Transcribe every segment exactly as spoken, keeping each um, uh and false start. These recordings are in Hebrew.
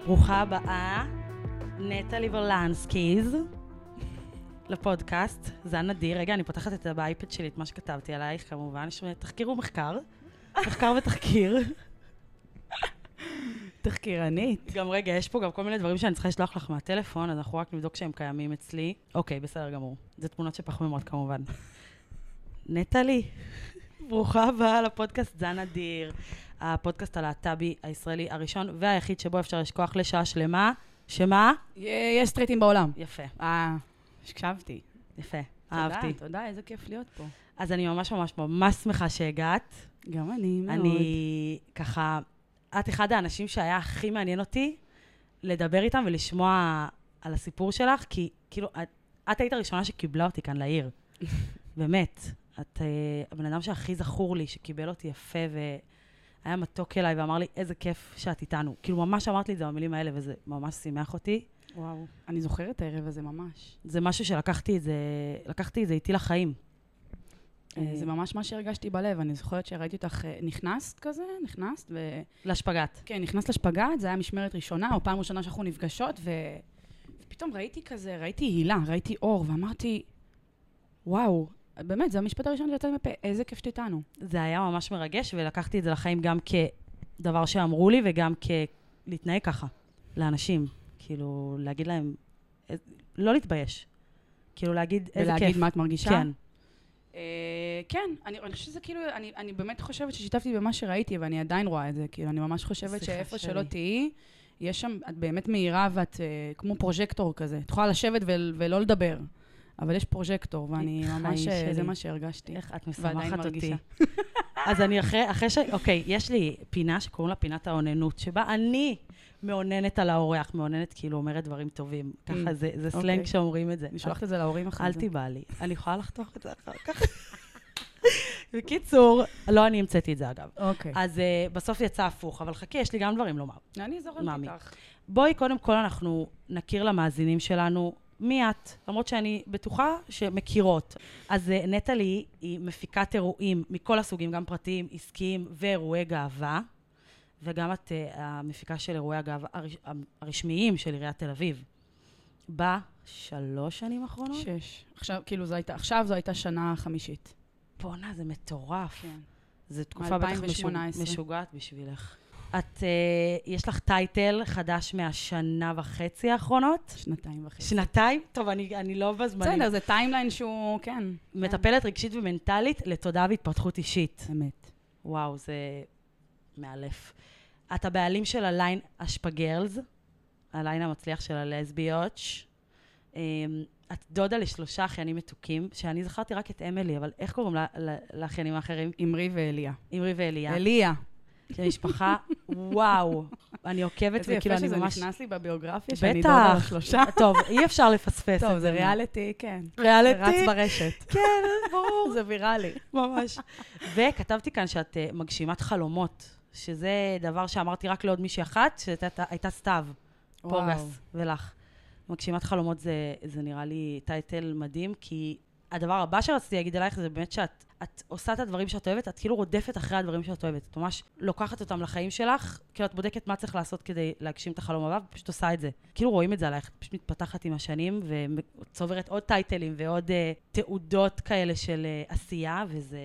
ברוכה הבאה, נטלי ורלנסקיז, לפודקאסט. זה נדיר. רגע, אני פותחת את זה באייפד שלי, את מה שכתבתי עלייך, כמובן. יש תחקיר ומחקר. מחקר ותחקיר. תחקירנית. גם רגע, יש פה גם כל מיני דברים שאני צריכה לשלוח לך מהטלפון, אז אנחנו רק נבדוק שהם קיימים אצלי. אוקיי, בסדר גמור. זה תמונות שפחמימות כמובן. נטלי, ברוכה הבאה לפודקאסט זה נדיר. הפודקאסט הלהט"בי הישראלי הראשון והיחיד שבו אפשר לשכוח לשעה שלמה. שמה? יש סטריטים בעולם. יפה. אה, הקשבתי. יפה, תודה, אהבתי. תודה, איזה כיף להיות פה. אז אני ממש ממש ממש שמחה שהגעת. גם אני מאוד. אני ככה, את אחד האנשים שהיה הכי מעניין אותי לדבר איתם ולשמוע על הסיפור שלך, כי כאילו, את, את היית הראשונה שקיבלה אותי כאן לעיר. באמת. את uh, הבן אדם שהכי זכור לי, שקיבל אותי יפה והיה מתוק אליי ואמר לי, איזה כיף שאת איתנו. כאילו, ממש אמרת לי את זה במילים האלה, וזה ממש שימח אותי. וואו, אני זוכרת את הערב הזה ממש. זה משהו שלקחתי את זה, לקחתי את זה איתי לחיים. זה ממש מה שהרגשתי בלב. אני זוכרת שראיתי אותך נכנסת כזה, נכנסת ו... לשפגת. כן, נכנסת לשפגת, זה היה משמרת ראשונה, או פעם ראשונה שאנחנו נפגשות, ו... ופתאום ראיתי כזה, ראיתי הילה, ראיתי אור, ואמרתי, וואו, באמת, זה המשפט הראשון שיצא לי מפה, איזה כיף שתיתנו. זה היה ממש מרגש, ולקחתי את זה לחיים גם כדבר שאמרו לי, וגם כלהתנהג ככה, לאנשים. כאילו, להגיד להם, לא להתבייש. כאילו, להגיד איזה כיף. ולהגיד מה את מרגישה? כן. Uh, כן, אני, אני חושבת שזה כאילו, אני, אני באמת חושבת ששיתפתי במה שראיתי, ואני עדיין רואה את זה, כאילו, אני ממש חושבת שאיפה שלא תהיי, יש שם, את באמת מהירה ואת uh, כמו פרוז'קטור כזה. את יכולה לשבת ו- ולא לדבר, אבל יש פרוז'קטור, ואני ממש, זה מה שהרגשתי. איך את משמחת אותי. אז אני אחרי, אחרי ש... אוקיי, יש לי פינה שקוראים לה פינת העוננות, שבה אני מעוננת על האורח, מעוננת כאילו אומרת דברים טובים. ככה זה, זה סלנג שאומרים את זה. אני שולחת את זה להורים אחרי זה. אל תיבא לי. אני יכולה לחתוך את זה אחר כך. בקיצור, לא אני המצאתי את זה אגב. אוקיי. אז בסוף יצא הפוך, אבל חכי, יש לי גם דברים לומר. אני זוכרת איתך. בואי, קודם כל אנחנו נכיר למאזינים שלנו מי את, למרות שאני בטוחה שמכירות. אז נטלי היא מפיקת אירועים מכל הסוגים, גם פרטיים, עסקיים ואירועי גאווה, וגם את uh, המפיקה של אירועי הגאווה הרש... הרשמיים של עיריית תל אביב. בשלוש שנים האחרונות? שש. עכשיו, כאילו, זו הייתה, עכשיו זו הייתה שנה חמישית. בונה, זה מטורף. כן. זו תקופה בטח משוג... משוגעת בשבילך. את, uh, יש לך טייטל חדש מהשנה וחצי האחרונות? שנתיים וחצי. שנתיים? טוב, אני, אני לא בזמנים. בסדר, זה טיימליין שהוא, כן. מטפלת כן. רגשית ומנטלית לתודעה והתפתחות אישית. אמת. וואו, זה מאלף. את הבעלים של הליין אשפגרלס, הליין המצליח של הלסביות. Um, את דודה לשלושה אחיינים מתוקים, שאני זכרתי רק את אמילי, אבל איך קוראים לאחיינים האחרים? אמרי ואליה. אמרי ואליה. אליה. של משפחה, וואו, אני עוקבת וכאילו אני ממש... איזה יפה שזה נכנס לי בביוגרפיה, שאני דודה לשלושה. טוב, אי אפשר לפספס. טוב, זה ריאליטי, כן. ריאליטי? רץ ברשת. כן, ברור. זה ויראלי. ממש. וכתבתי כאן שאת מגשימת חלומות, שזה דבר שאמרתי רק לעוד מישהי אחת, שהייתה סתיו, פורגס ולך. מגשימת חלומות זה, זה נראה לי טייטל מדהים, כי הדבר הבא שרציתי להגיד עלייך זה באמת שאת את עושה את הדברים שאת אוהבת, את כאילו רודפת אחרי הדברים שאת אוהבת. את ממש לוקחת אותם לחיים שלך, כאילו את בודקת מה צריך לעשות כדי להגשים את החלום הבא, ופשוט עושה את זה. כאילו רואים את זה עלייך, את פשוט מתפתחת עם השנים, וצוברת עוד טייטלים ועוד uh, תעודות כאלה של uh, עשייה, וזה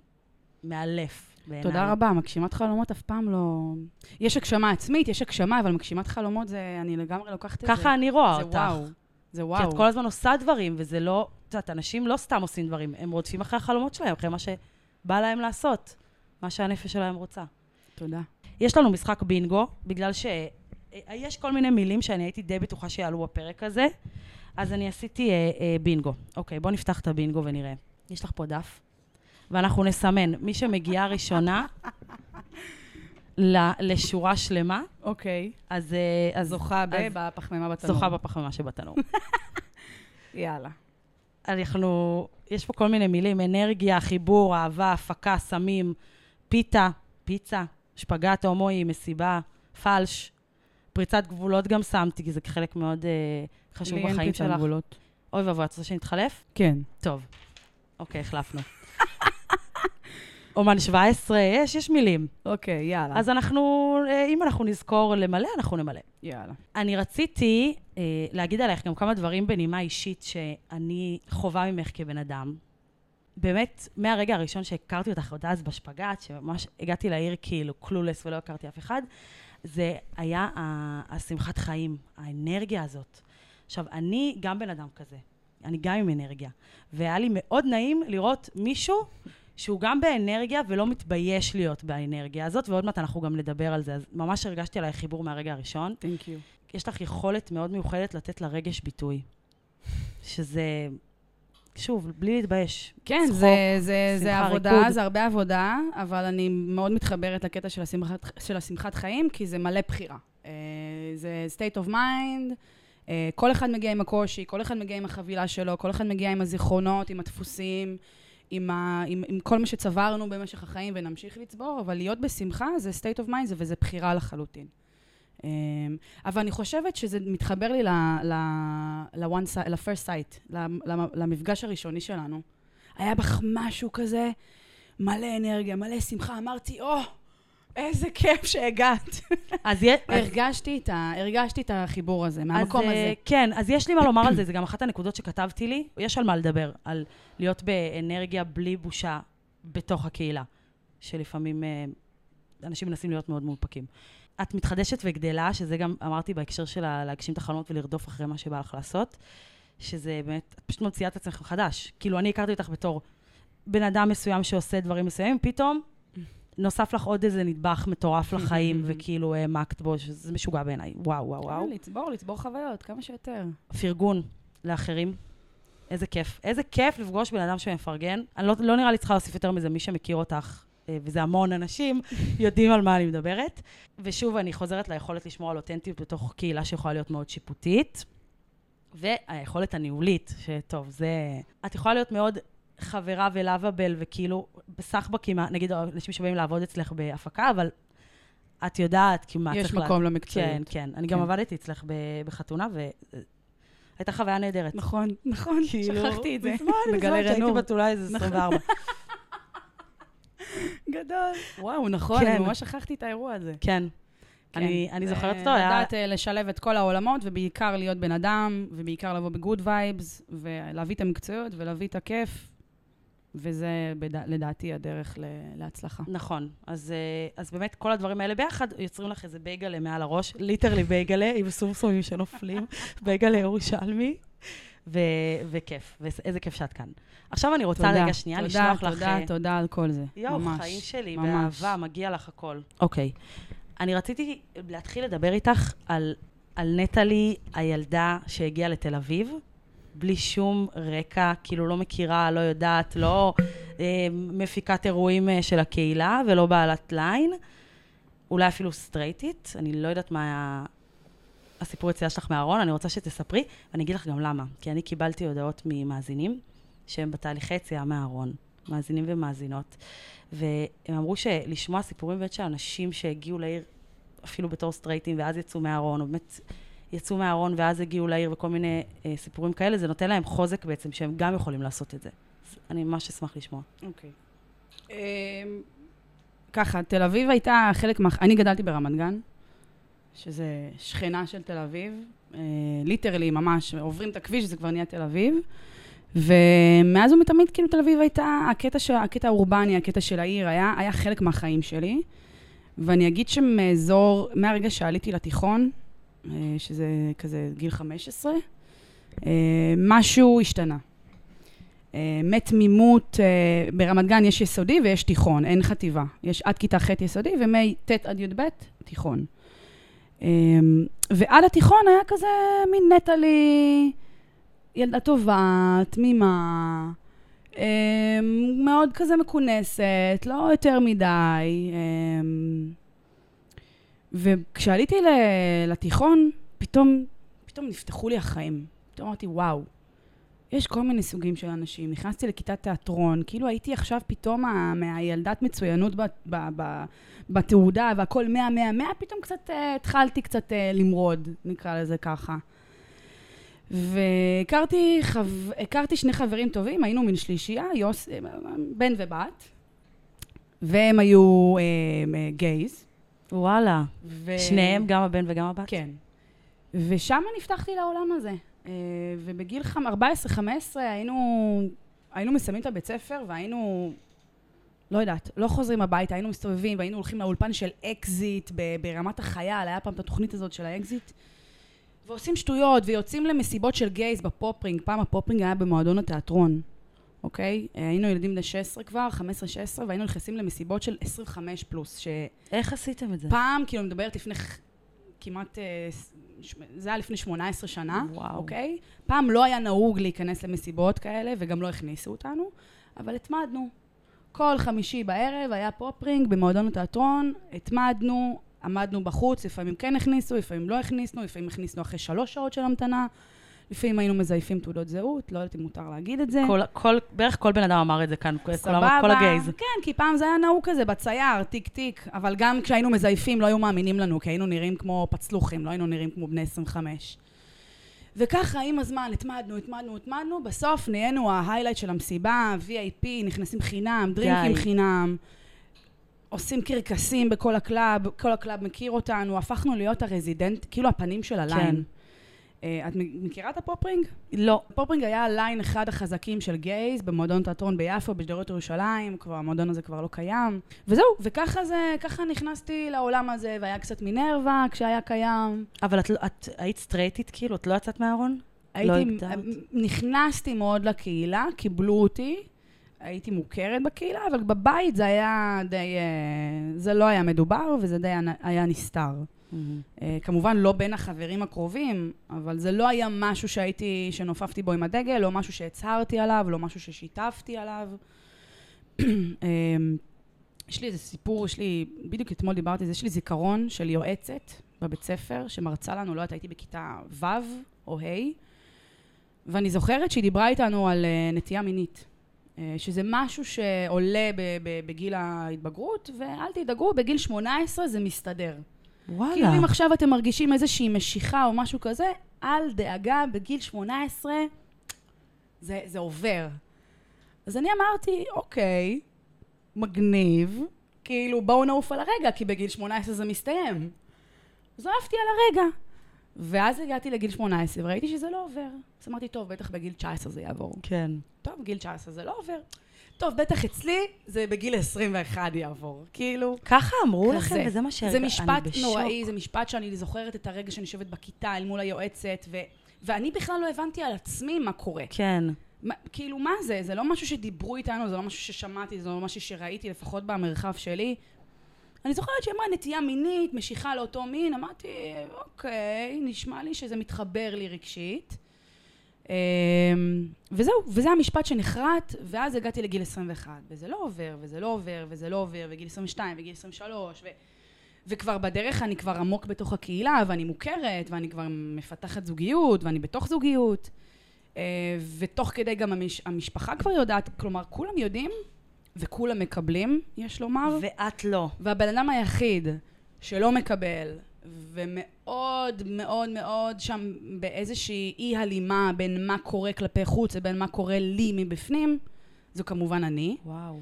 מאלף בעיניי. תודה רבה, מגשימת חלומות אף פעם לא... יש הגשמה עצמית, יש הגשמה, אבל מגשימת חלומות זה, אני לגמרי לוקחת את זה. ככה אני רואה אותך. זה וואו. זה וואו. כי את כל הזמן עושה דברים, וזה לא... את יודעת, אנשים לא סתם עושים דברים, הם רודפים אחרי החלומות שלהם, אחרי מה שבא להם לעשות, מה שהנפש שלהם רוצה. תודה. יש לנו משחק בינגו, בגלל שיש כל מיני מילים שאני הייתי די בטוחה שיעלו בפרק הזה, אז אני עשיתי אה, אה, בינגו. אוקיי, בוא נפתח את הבינגו ונראה. יש לך פה דף, ואנחנו נסמן מי שמגיעה ראשונה לשורה שלמה. אוקיי. אז... אז זוכה בפחמימה בתנור. זוכה בפחמימה שבתנור. יאללה. אנחנו, יש פה כל מיני מילים, אנרגיה, חיבור, אהבה, הפקה, סמים, פיתה, פיצה, שפגת, הומואי, מסיבה, פלש, פריצת גבולות גם שמתי, כי זה חלק מאוד uh, חשוב בחיים שלך. לי אין פריצת גבולות. אוי ואבוי, את רוצה שנתחלף? כן. טוב. אוקיי, החלפנו. אומן שבע עשרה, יש, יש מילים. אוקיי, יאללה. אז אנחנו, אם אנחנו נזכור למלא, אנחנו נמלא. יאללה. אני רציתי אה, להגיד עליך גם כמה דברים בנימה אישית שאני חובה ממך כבן אדם. באמת, מהרגע הראשון שהכרתי אותך עוד אז בשפגת, שממש הגעתי לעיר כאילו קלולס ולא הכרתי אף אחד, זה היה השמחת חיים, האנרגיה הזאת. עכשיו, אני גם בן אדם כזה, אני גם עם אנרגיה, והיה לי מאוד נעים לראות מישהו שהוא גם באנרגיה ולא מתבייש להיות באנרגיה הזאת, ועוד מעט אנחנו גם נדבר על זה, אז ממש הרגשתי עליי חיבור מהרגע הראשון. Thank you. יש לך יכולת מאוד מיוחדת לתת לרגש ביטוי, שזה, שוב, בלי להתבייש. כן, צחוק, זה, זה, זה עבודה, ריקוד. זה הרבה עבודה, אבל אני מאוד מתחברת לקטע של השמחת, של השמחת חיים, כי זה מלא בחירה. Uh, זה state of mind, uh, כל אחד מגיע עם הקושי, כל אחד מגיע עם החבילה שלו, כל אחד מגיע עם הזיכרונות, עם הדפוסים, עם, ה, עם, עם כל מה שצברנו במשך החיים ונמשיך לצבור, אבל להיות בשמחה זה state of mind זה, וזה בחירה לחלוטין. Um, אבל אני חושבת שזה מתחבר לי ל-first sight, למפגש הראשוני שלנו. היה בך משהו כזה, מלא אנרגיה, מלא שמחה, אמרתי, או, איזה כיף שהגעת. אז יש... הרגשתי את ה- הרגשתי את החיבור הזה, מהמקום הזה. כן, אז יש לי מה לומר על זה, זה גם אחת הנקודות שכתבתי לי, יש על מה לדבר, על להיות באנרגיה בלי בושה בתוך הקהילה, שלפעמים אנשים מנסים להיות מאוד מאופקים. את מתחדשת וגדלה, שזה גם אמרתי בהקשר של להגשים את החלומות ולרדוף אחרי מה שבא לך לעשות, שזה באמת, את פשוט מוציאה את עצמך חדש. כאילו, אני הכרתי אותך בתור בן אדם מסוים שעושה דברים מסוימים, פתאום נוסף לך עוד איזה נדבך מטורף לחיים, וכאילו העמקת בו, שזה משוגע בעיניי. וואו, וואו, וואו. לצבור, לצבור חוויות, כמה שיותר. פרגון לאחרים. איזה כיף. איזה כיף לפגוש בן אדם שמפרגן. אני לא, לא נראה לי צריכה להוסיף יותר מזה, מי שמכיר אותך, וזה המון אנשים, יודעים על מה אני מדברת. ושוב, אני חוזרת ליכולת לשמור על אותנטיות בתוך קהילה שיכולה להיות מאוד שיפוטית. והיכולת הניהולית, שטוב, זה... את יכולה להיות מאוד חברה ולאבל, וכאילו, בסחבקים, נגיד, אנשים שבאים לעבוד אצלך בהפקה, אבל את יודעת, כי מה צריך... יש מקום למקצועיות. כן, כן. אני גם עבדתי אצלך בחתונה, והייתה חוויה נהדרת. נכון, נכון, שכחתי את זה. בזמן, בזמן, שהייתי בתולה איזה עשרים וארבע. גדול. וואו, נכון, אני ממש שכחתי את האירוע הזה. כן. אני זוכרת אותו, היה... לדעת לשלב את כל העולמות, ובעיקר להיות בן אדם, ובעיקר לבוא בגוד וייבס, ולהביא את המקצועיות, ולהביא את הכיף, וזה לדעתי הדרך להצלחה. נכון. אז באמת כל הדברים האלה ביחד יוצרים לך איזה בייגלה מעל הראש, ליטרלי בייגלה, עם סומסומים שנופלים, בייגלה ירושלמי, וכיף, ואיזה כיף שאת כאן. עכשיו אני רוצה רגע שנייה לשלוח לך... תודה, תודה, תודה על כל זה. יואו, חיים שלי, באהבה, מגיע לך הכל. אוקיי. אני רציתי להתחיל לדבר איתך על, על נטלי, הילדה שהגיעה לתל אביב, בלי שום רקע, כאילו לא מכירה, לא יודעת, לא אה, מפיקת אירועים של הקהילה, ולא בעלת ליין, אולי אפילו סטרייטית, אני לא יודעת מה הסיפור יציאה שלך מהארון, אני רוצה שתספרי, ואני אגיד לך גם למה, כי אני קיבלתי הודעות ממאזינים, שהם בתהליכי יציאה מהארון, מאזינים ומאזינות, והם אמרו שלשמוע סיפורים באמת של אנשים שהגיעו לעיר, אפילו בתור סטרייטים, ואז יצאו מהארון, או באמת יצאו מהארון, ואז הגיעו לעיר, וכל מיני אה, סיפורים כאלה, זה נותן להם חוזק בעצם, שהם גם יכולים לעשות את זה. אז אני ממש אשמח לשמוע. אוקיי. Okay. Um, ככה, תל אביב הייתה חלק מה... אני גדלתי ברמת גן, שזה שכנה של תל אביב, uh, ליטרלי ממש, עוברים את הכביש, זה כבר נהיה תל אביב, ומאז ומתמיד, כאילו, תל אביב הייתה, הקטע, ש... הקטע האורבני, הקטע של העיר, היה, היה חלק מהחיים שלי, ואני אגיד שמאזור, מהרגע שעליתי לתיכון, שזה כזה גיל חמש עשרה, משהו השתנה. מתמימות, ברמת גן יש יסודי ויש תיכון, אין חטיבה. יש עד כיתה ח' יסודי ומי ט' עד י' ב' תיכון. ועד התיכון היה כזה מין נטלי, ילדה טובה, תמימה, מאוד כזה מכונסת, לא יותר מדי. וכשעליתי לתיכון, פתאום, פתאום נפתחו לי החיים. פתאום אמרתי, וואו, יש כל מיני סוגים של אנשים. נכנסתי לכיתת תיאטרון, כאילו הייתי עכשיו פתאום מהילדת מצוינות בתעודה, והכל מאה, מאה, מאה, פתאום קצת, התחלתי קצת למרוד, נקרא לזה ככה. והכרתי חו... הכרתי שני חברים טובים, היינו מן שלישייה, יוס... בן ובת. והם היו אה, אה, גייז. וואלה. ו... שניהם, גם הבן וגם הבת? כן. ושם נפתחתי לעולם הזה. אה, ובגיל ארבע עשרה חמש עשרה היינו, היינו מסיימים את הבית ספר, והיינו, לא יודעת, לא חוזרים הביתה, היינו מסתובבים, והיינו הולכים לאולפן של אקזיט ברמת החייל, היה פעם את התוכנית הזאת של האקזיט, ועושים שטויות, ויוצאים למסיבות של גייז בפופרינג. פעם הפופרינג היה במועדון התיאטרון, אוקיי? היינו ילדים בני שש עשרה כבר, חמש עשרה שש עשרה, והיינו נכנסים למסיבות של עשרים וחמש פלוס, ש... איך עשיתם את זה? פעם, כאילו, מדברת לפני כמעט, זה היה לפני שמונה עשרה שנה, וואו. אוקיי? פעם לא היה נהוג להיכנס למסיבות כאלה, וגם לא הכניסו אותנו, אבל התמדנו. כל חמישי בערב היה פופרינג במועדון התיאטרון, התמדנו, עמדנו בחוץ, לפעמים כן הכניסו, לפעמים לא הכניסנו, לפעמים הכניסנו אחרי שלוש שעות של המתנה, לפעמים היינו מזייפים תעודות זהות, לא יודעת אם מותר להגיד את זה. כל, כל, בערך כל בן אדם אמר את זה כאן, סבבה, כל הגייז. כן, כי פעם זה היה נהוג כזה, בצייר, טיק טיק, אבל גם כשהיינו מזייפים לא היו מאמינים לנו, כי היינו נראים כמו פצלוחים, לא היינו נראים כמו בני עשרים וחמש. וככה עם הזמן התמדנו, התמדנו, התמדנו, בסוף נהיינו ההיילייט של המסיבה, וי איי פי, נכנסים חינם, דרינקים חינם, עושים קרקסים בכל הקלאב, כל הקלאב מכיר אותנו, הפכנו להיות הרזידנט, כאילו הפנים של הליין. כן. Uh, את מכירה את הפופרינג? לא. הפופרינג היה הליין אחד החזקים של גייז, במועדון תיאטרון ביפו, בשדרות ירושלים, כבר המועדון הזה כבר לא קיים. וזהו, וככה זה, ככה נכנסתי לעולם הזה, והיה קצת מינרווה כשהיה קיים. אבל את, את היית סטרייטית כאילו? את לא יצאת מהארון? הייתי, לא נכנסתי מאוד לקהילה, קיבלו אותי, הייתי מוכרת בקהילה, אבל בבית זה היה די, זה לא היה מדובר, וזה די היה נסתר. Mm-hmm. Uh, כמובן לא בין החברים הקרובים, אבל זה לא היה משהו שהייתי, שנופפתי בו עם הדגל, לא משהו שהצהרתי עליו, לא משהו ששיתפתי עליו. uh, יש לי איזה סיפור, יש לי, בדיוק אתמול דיברתי, יש לי זיכרון של יועצת בבית ספר, שמרצה לנו, לא יודעת, הייתי בכיתה ו' או ה', ואני זוכרת שהיא דיברה איתנו על uh, נטייה מינית. Uh, שזה משהו שעולה ב- ב- בגיל ההתבגרות, ואל תדאגו, בגיל שמונה עשרה זה מסתדר. וואלה. כאילו אם עכשיו אתם מרגישים איזושהי משיכה או משהו כזה, אל דאגה, בגיל שמונה עשרה זה, זה עובר. אז אני אמרתי, אוקיי, מגניב, כאילו בואו נעוף על הרגע, כי בגיל שמונה עשרה זה מסתיים. אז עפתי על הרגע. ואז הגעתי לגיל שמונה עשרה, וראיתי שזה לא עובר. אז אמרתי, טוב, בטח בגיל תשע עשרה זה יעבור. כן. טוב, בגיל תשע עשרה זה לא עובר. טוב, בטח אצלי זה בגיל עשרים ואחת יעבור. כאילו... ככה אמרו לכם, וזה מה שהרגע, זה משפט נוראי, זה משפט שאני זוכרת את הרגע שאני יושבת בכיתה אל מול היועצת, ו... ואני בכלל לא הבנתי על עצמי מה קורה. כן. מה, כאילו, מה זה? זה לא משהו שדיברו איתנו, זה לא משהו ששמעתי, זה לא משהו שראיתי, לפחות במרחב שלי. אני זוכרת שאמרה נטייה מינית, משיכה לאותו מין, אמרתי, אוקיי, נשמע לי שזה מתחבר לי רגשית. וזהו, וזה המשפט שנחרט, ואז הגעתי לגיל עשרים ואחת, וזה לא עובר, וזה לא עובר, וזה לא עובר, וגיל עשרים ושתיים, וגיל עשרים ושלוש, ו... וכבר בדרך אני כבר עמוק בתוך הקהילה, ואני מוכרת, ואני כבר מפתחת זוגיות, ואני בתוך זוגיות, ותוך כדי גם המש... המשפחה כבר יודעת, כלומר, כולם יודעים, וכולם מקבלים, יש לומר. ואת לא. והבן אדם היחיד שלא מקבל, ומאוד מאוד מאוד שם באיזושהי אי הלימה בין מה קורה כלפי חוץ ובין מה קורה לי מבפנים, זו כמובן אני. וואו.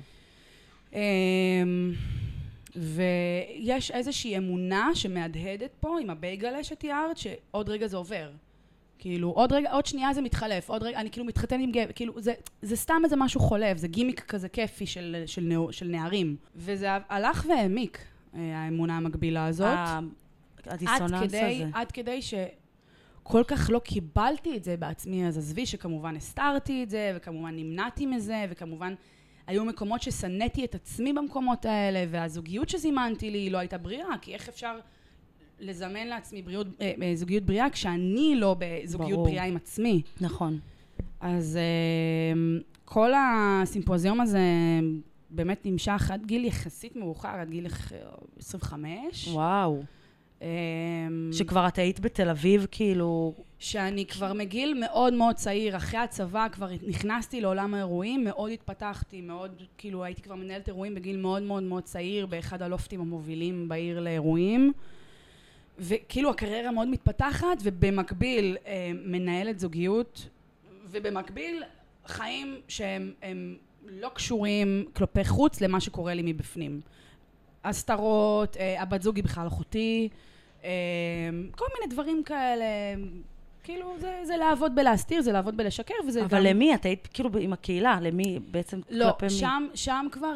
ויש איזושהי אמונה שמהדהדת פה עם הבייגלה שתיארת, שעוד רגע זה עובר. כאילו, עוד רגע, עוד שנייה זה מתחלף, עוד רגע, אני כאילו מתחתן עם גבר, כאילו, זה, זה סתם איזה משהו חולף, זה גימיק כזה כיפי של, של, נער, של נערים. וזה הלך והעמיק, האמונה המקבילה הזאת. הדיסוננס הזה. עד כדי שכל כך לא קיבלתי את זה בעצמי, אז עזבי שכמובן הסתרתי את זה, וכמובן נמנעתי מזה, וכמובן היו מקומות שסנאתי את עצמי במקומות האלה, והזוגיות שזימנתי לי לא הייתה בריאה, כי איך אפשר לזמן לעצמי בריאות, אה, זוגיות בריאה, כשאני לא בזוגיות ברור. בריאה עם עצמי. נכון. אז אה, כל הסימפוזיום הזה באמת נמשך עד גיל יחסית מאוחר, עד גיל עשרים וחמש. וואו. שכבר את היית בתל אביב, כאילו... שאני כבר מגיל מאוד מאוד צעיר, אחרי הצבא כבר נכנסתי לעולם האירועים, מאוד התפתחתי, מאוד, כאילו הייתי כבר מנהלת אירועים בגיל מאוד מאוד מאוד צעיר, באחד הלופטים המובילים בעיר לאירועים, וכאילו הקריירה מאוד מתפתחת, ובמקביל מנהלת זוגיות, ובמקביל חיים שהם הם לא קשורים כלפי חוץ למה שקורה לי מבפנים. הסתרות, הבת זוג היא בכלל אחותי, כל מיני דברים כאלה, כאילו זה, זה לעבוד בלהסתיר, זה לעבוד בלשקר, וזה אבל גם... למי? את היית כאילו עם הקהילה, למי בעצם לא, כלפי שם, מי? שם כבר,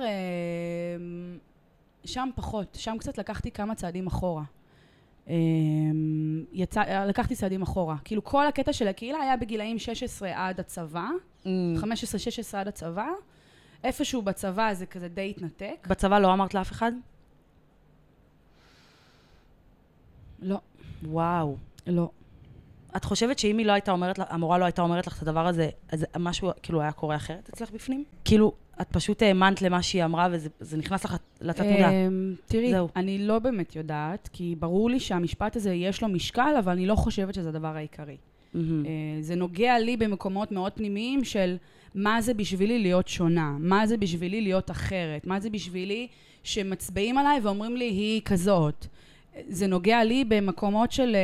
שם פחות, שם קצת לקחתי כמה צעדים אחורה. יצא, לקחתי צעדים אחורה. כאילו כל הקטע של הקהילה היה בגילאים שש עשרה עד הצבא, mm. חמש עשרה שש עשרה עד הצבא, איפשהו בצבא זה כזה די התנתק. בצבא לא אמרת לאף אחד? לא. וואו. לא. את חושבת שאם היא לא הייתה אומרת לך, המורה לא הייתה אומרת לך את הדבר הזה, אז משהו כאילו היה קורה אחרת אצלך בפנים? כאילו, את פשוט האמנת למה שהיא אמרה, וזה נכנס לך לתת מודע. תראי, אני לא באמת יודעת, כי ברור לי שהמשפט הזה יש לו משקל, אבל אני לא חושבת שזה הדבר העיקרי. זה נוגע לי במקומות מאוד פנימיים של מה זה בשבילי להיות שונה, מה זה בשבילי להיות אחרת, מה זה בשבילי שמצביעים עליי ואומרים לי היא כזאת. זה נוגע לי במקומות של,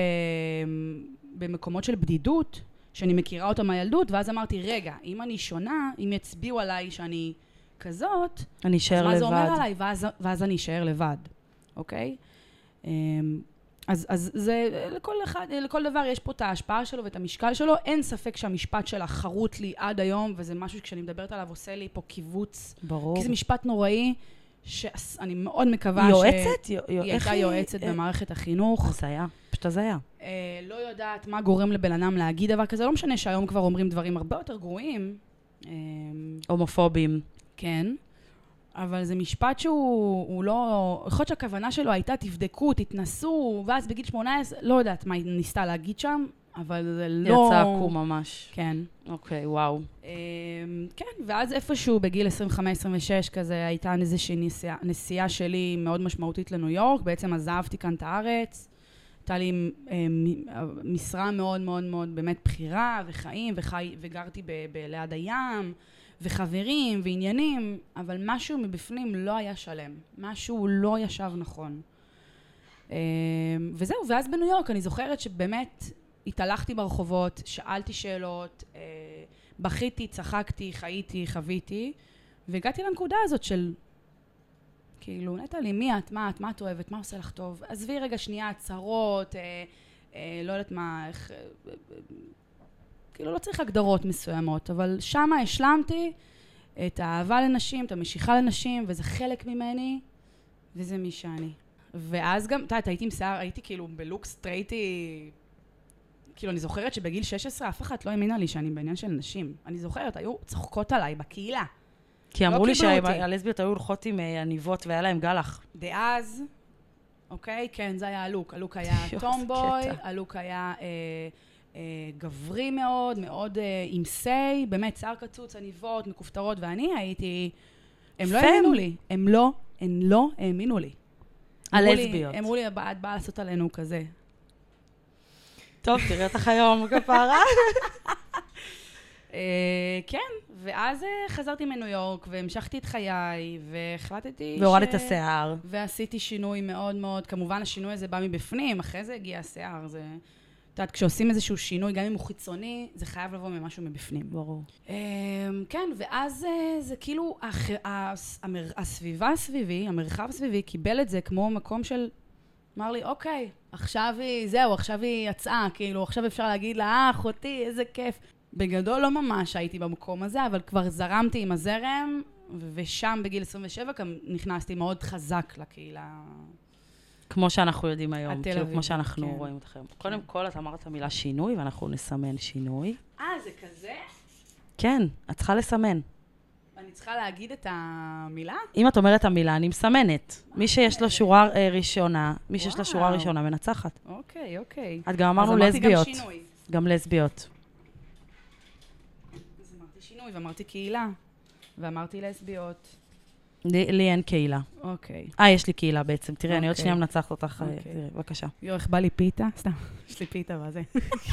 במקומות של בדידות, שאני מכירה אותה מהילדות, ואז אמרתי, רגע, אם אני שונה, אם יצביעו עליי שאני כזאת, אני אשאר לבד. אז מה זה אומר עליי? ואז, ואז אני אשאר לבד, אוקיי? אז, אז זה, לכל אחד, לכל דבר יש פה את ההשפעה שלו ואת המשקל שלו. אין ספק שהמשפט שלה חרוט לי עד היום, וזה משהו שכשאני מדברת עליו עושה לי פה קיבוץ. ברור. כי זה משפט נוראי, שאני מאוד מקווה ש... יועצת? היא הייתה יועצת במערכת החינוך. אז היה, פשוט אז היה. לא יודעת מה גורם לבן אדם להגיד דבר כזה, לא משנה שהיום כבר אומרים דברים הרבה יותר גרועים. הומופובים. כן. אבל זה משפט שהוא לא... יכול להיות שהכוונה שלו הייתה, תבדקו, תתנסו, ואז בגיל שמונה עשרה, לא יודעת מה היא ניסתה להגיד שם, אבל זה לא... יצא עקום ממש. כן. אוקיי, וואו. כן, ואז איפשהו בגיל עשרים וחמש עשרים ושש כזה, הייתה איזושהי נסיעה, נסיעה שלי מאוד משמעותית לניו יורק, בעצם עזבתי כאן את הארץ, הייתה לי משרה מאוד מאוד מאוד באמת בחירה וחיים, וחי, וגרתי ב, ב, ליד הים, וחברים ועניינים, אבל משהו מבפנים לא היה שלם, משהו לא ישב נכון. וזהו, ואז בניו יורק אני זוכרת שבאמת התהלכתי ברחובות, שאלתי שאלות, בכיתי, צחקתי, חייתי, חוויתי, והגעתי לנקודה הזאת של, כאילו, נטלי, מי את, מה את, מה את אוהבת, מה עושה לך טוב? עזבי רגע שנייה, הצהרות, אה, אה, לא יודעת מה, איך, אה, כאילו, לא צריך הגדרות מסוימות, אבל שמה השלמתי את האהבה לנשים, את המשיכה לנשים, וזה חלק ממני, וזה מי שאני. ואז גם, אתה יודעת, הייתי עם שיער, הייתי כאילו בלוק סטרייטי, כאילו, אני זוכרת שבגיל שש עשרה אף אחד לא האמינה לי שאני בעניין של נשים. אני זוכרת, היו צוחקות עליי בקהילה. כי אמרו לי שהלסביות היו הולכות עם עניבות והיה להם גלח. דאז, אוקיי, כן, זה היה הלוק. הלוק היה טומבוי, הלוק היה גברי מאוד, מאוד עם סי, באמת, שיער קצוץ, עניבות, מכופתרות, ואני הייתי... הם לא האמינו לי. הם לא, הם לא האמינו לי. הלסביות. אמרו לי, את באה לעשות עלינו כזה. טוב, תראה אותך היום, כפרה. כן, ואז חזרתי מניו יורק, והמשכתי את חיי, והחלטתי ש... והורדת השיער. ועשיתי שינוי מאוד מאוד, כמובן השינוי הזה בא מבפנים, אחרי זה הגיע השיער, זה... את יודעת, כשעושים איזשהו שינוי, גם אם הוא חיצוני, זה חייב לבוא ממשהו מבפנים. ברור. כן, ואז זה כאילו, הסביבה סביבי, המרחב סביבי, קיבל את זה כמו מקום של... אמר לי, אוקיי, עכשיו היא, זהו, עכשיו היא יצאה, כאילו, עכשיו אפשר להגיד לה, אה, אחותי, איזה כיף. בגדול לא ממש הייתי במקום הזה, אבל כבר זרמתי עם הזרם, ושם בגיל עשרים ושבע גם נכנסתי מאוד חזק לקהילה. כמו שאנחנו יודעים היום, כאילו, כמו שאנחנו כן. רואים אתכם. כן. קודם כל, את אמרת המילה שינוי, ואנחנו נסמן שינוי. אה, זה כזה? כן, את צריכה לסמן. אני צריכה להגיד את המילה? אם את אומרת המילה, אני מסמנת. מי שיש לו שורה ראשונה, מי שיש לה שורה ראשונה, מנצחת. אוקיי, אוקיי. את גם אמרנו לסביות. אז אמרתי גם שינוי. גם לסביות. אז אמרתי שינוי, ואמרתי קהילה, ואמרתי לסביות. לי אין קהילה. אוקיי. אה, יש לי קהילה בעצם. תראי, אני עוד שנייה מנצחת אותך. בבקשה. יו, איך בא לי פיתה? סתם, יש לי פיתה וזה.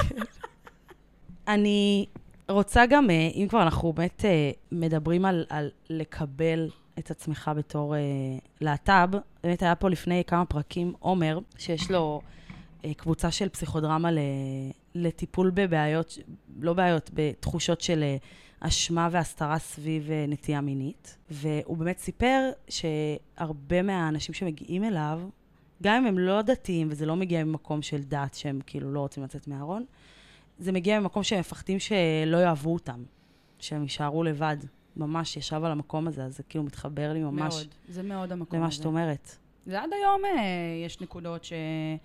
אני... רוצה גם, אם כבר אנחנו באמת מדברים על, על לקבל את עצמך בתור להט"ב, באמת היה פה לפני כמה פרקים עומר, שיש לו קבוצה של פסיכודרמה לטיפול בבעיות, לא בעיות, בתחושות של אשמה והסתרה סביב נטייה מינית, והוא באמת סיפר שהרבה מהאנשים שמגיעים אליו, גם אם הם לא דתיים, וזה לא מגיע ממקום של דת, שהם כאילו לא רוצים לצאת מהארון, זה מגיע ממקום שהם מפחדים שלא יאהבו אותם, שהם יישארו לבד. ממש ישב על המקום הזה, אז זה כאילו מתחבר לי ממש. מאוד, זה מאוד המקום למה הזה. שאת אומרת. זה עד היום אה, יש נקודות ש...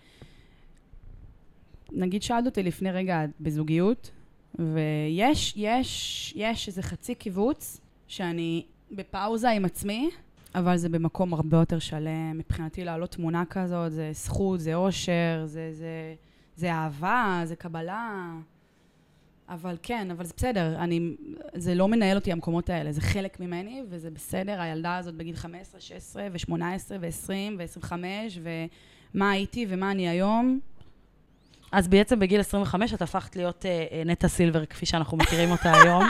נגיד שאלת אותי לפני רגע בזוגיות, ויש, יש, יש איזה חצי קיבוץ, שאני בפאוזה עם עצמי, אבל זה במקום הרבה יותר שלם. מבחינתי לעלות תמונה כזאת, זה זכות, זה אושר, זה, זה, זה אהבה, זה קבלה. אבל כן, אבל זה בסדר. אני, זה לא מנהל אותי המקומות האלה. זה חלק ממני, וזה בסדר. הילדה הזאת בגיל חמש עשרה, שש עשרה, ו-שמונה עשרה, ו-עשרים, ו-עשרים וחמש, ומה הייתי ומה אני היום. אז בעצם בגיל עשרים וחמש את הפכת להיות uh, נטע סילבר, כפי שאנחנו מכירים אותה היום.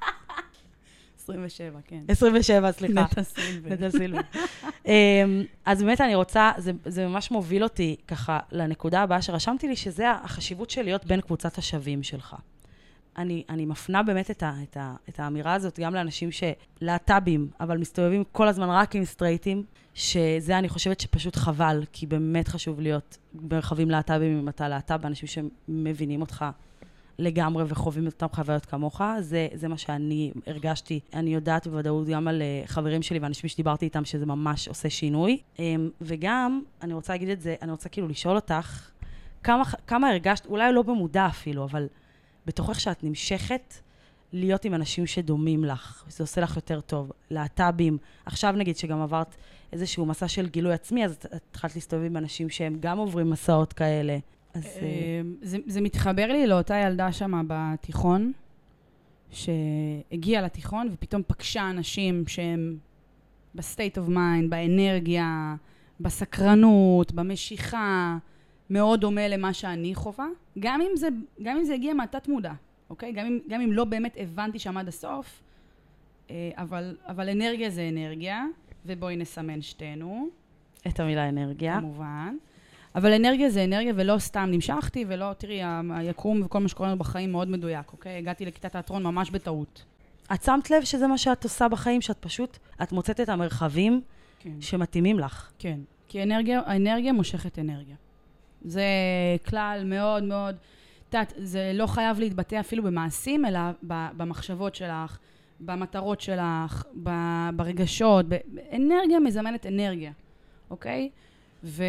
עשרים ושבע, כן. עשרים ושבע, סליחה. נטע סילבר. נטע סילבר. um, אז באמת אני רוצה, זה, זה ממש מוביל אותי ככה לנקודה הבאה שרשמתי לי, שזה החשיבות של להיות בין קבוצת השווים שלך. אני, אני מפנה באמת את, ה, את, ה, את האמירה הזאת גם לאנשים שלהט"בים, אבל מסתובבים כל הזמן רק עם סטרייטים, שזה אני חושבת שפשוט חבל, כי באמת חשוב להיות ברחבים להט"בים אם אתה להט"ב, אנשים שמבינים אותך לגמרי וחווים את אותם חוויות כמוך. זה, זה מה שאני הרגשתי. אני יודעת בוודאות גם על חברים שלי ואנשים שדיברתי איתם שזה ממש עושה שינוי. וגם, אני רוצה להגיד את זה, אני רוצה כאילו לשאול אותך, כמה, כמה הרגשת, אולי לא במודע אפילו, אבל בתוכך שאת נמשכת להיות עם אנשים שדומים לך, זה עושה לך יותר טוב. להט"בים, עכשיו נגיד שגם עברת איזשהו מסע של גילוי עצמי, אז את התחלת להסתובב עם אנשים שהם גם עוברים מסעות כאלה. אז זה, זה מתחבר לי לאותה ילדה שמה בתיכון, שהגיעה לתיכון ופתאום פגשה אנשים שהם בסטייט אוף מיינד, באנרגיה, בסקרנות, במשיכה, מאוד דומה למה שאני חובה. גם אם זה, גם אם זה הגיע מהתת מודע, אוקיי? גם אם, גם אם לא באמת הבנתי שם עד הסוף, אבל, אבל אנרגיה זה אנרגיה, ובואי נסמן שתינו. את המילה אנרגיה. כמובן. אבל אנרגיה זה אנרגיה, ולא סתם נמשכתי, ולא, תראי, היקום וכל מה שקורה לנו בחיים מאוד מדויק, אוקיי? הגעתי לכיתת תיאטרון ממש בטעות. את שמת לב שזה מה שאת עושה בחיים, שאת פשוט, את מוצאת את המרחבים כן. שמתאימים לך. כן, כי אנרגיה, האנרגיה מושכת אנרגיה. זה כלל מאוד מאוד, תת, זה לא חייב להתבטא אפילו במעשים, אלא במחשבות שלך, במטרות שלך, ברגשות, אנרגיה מזמנת אנרגיה, אוקיי? ו...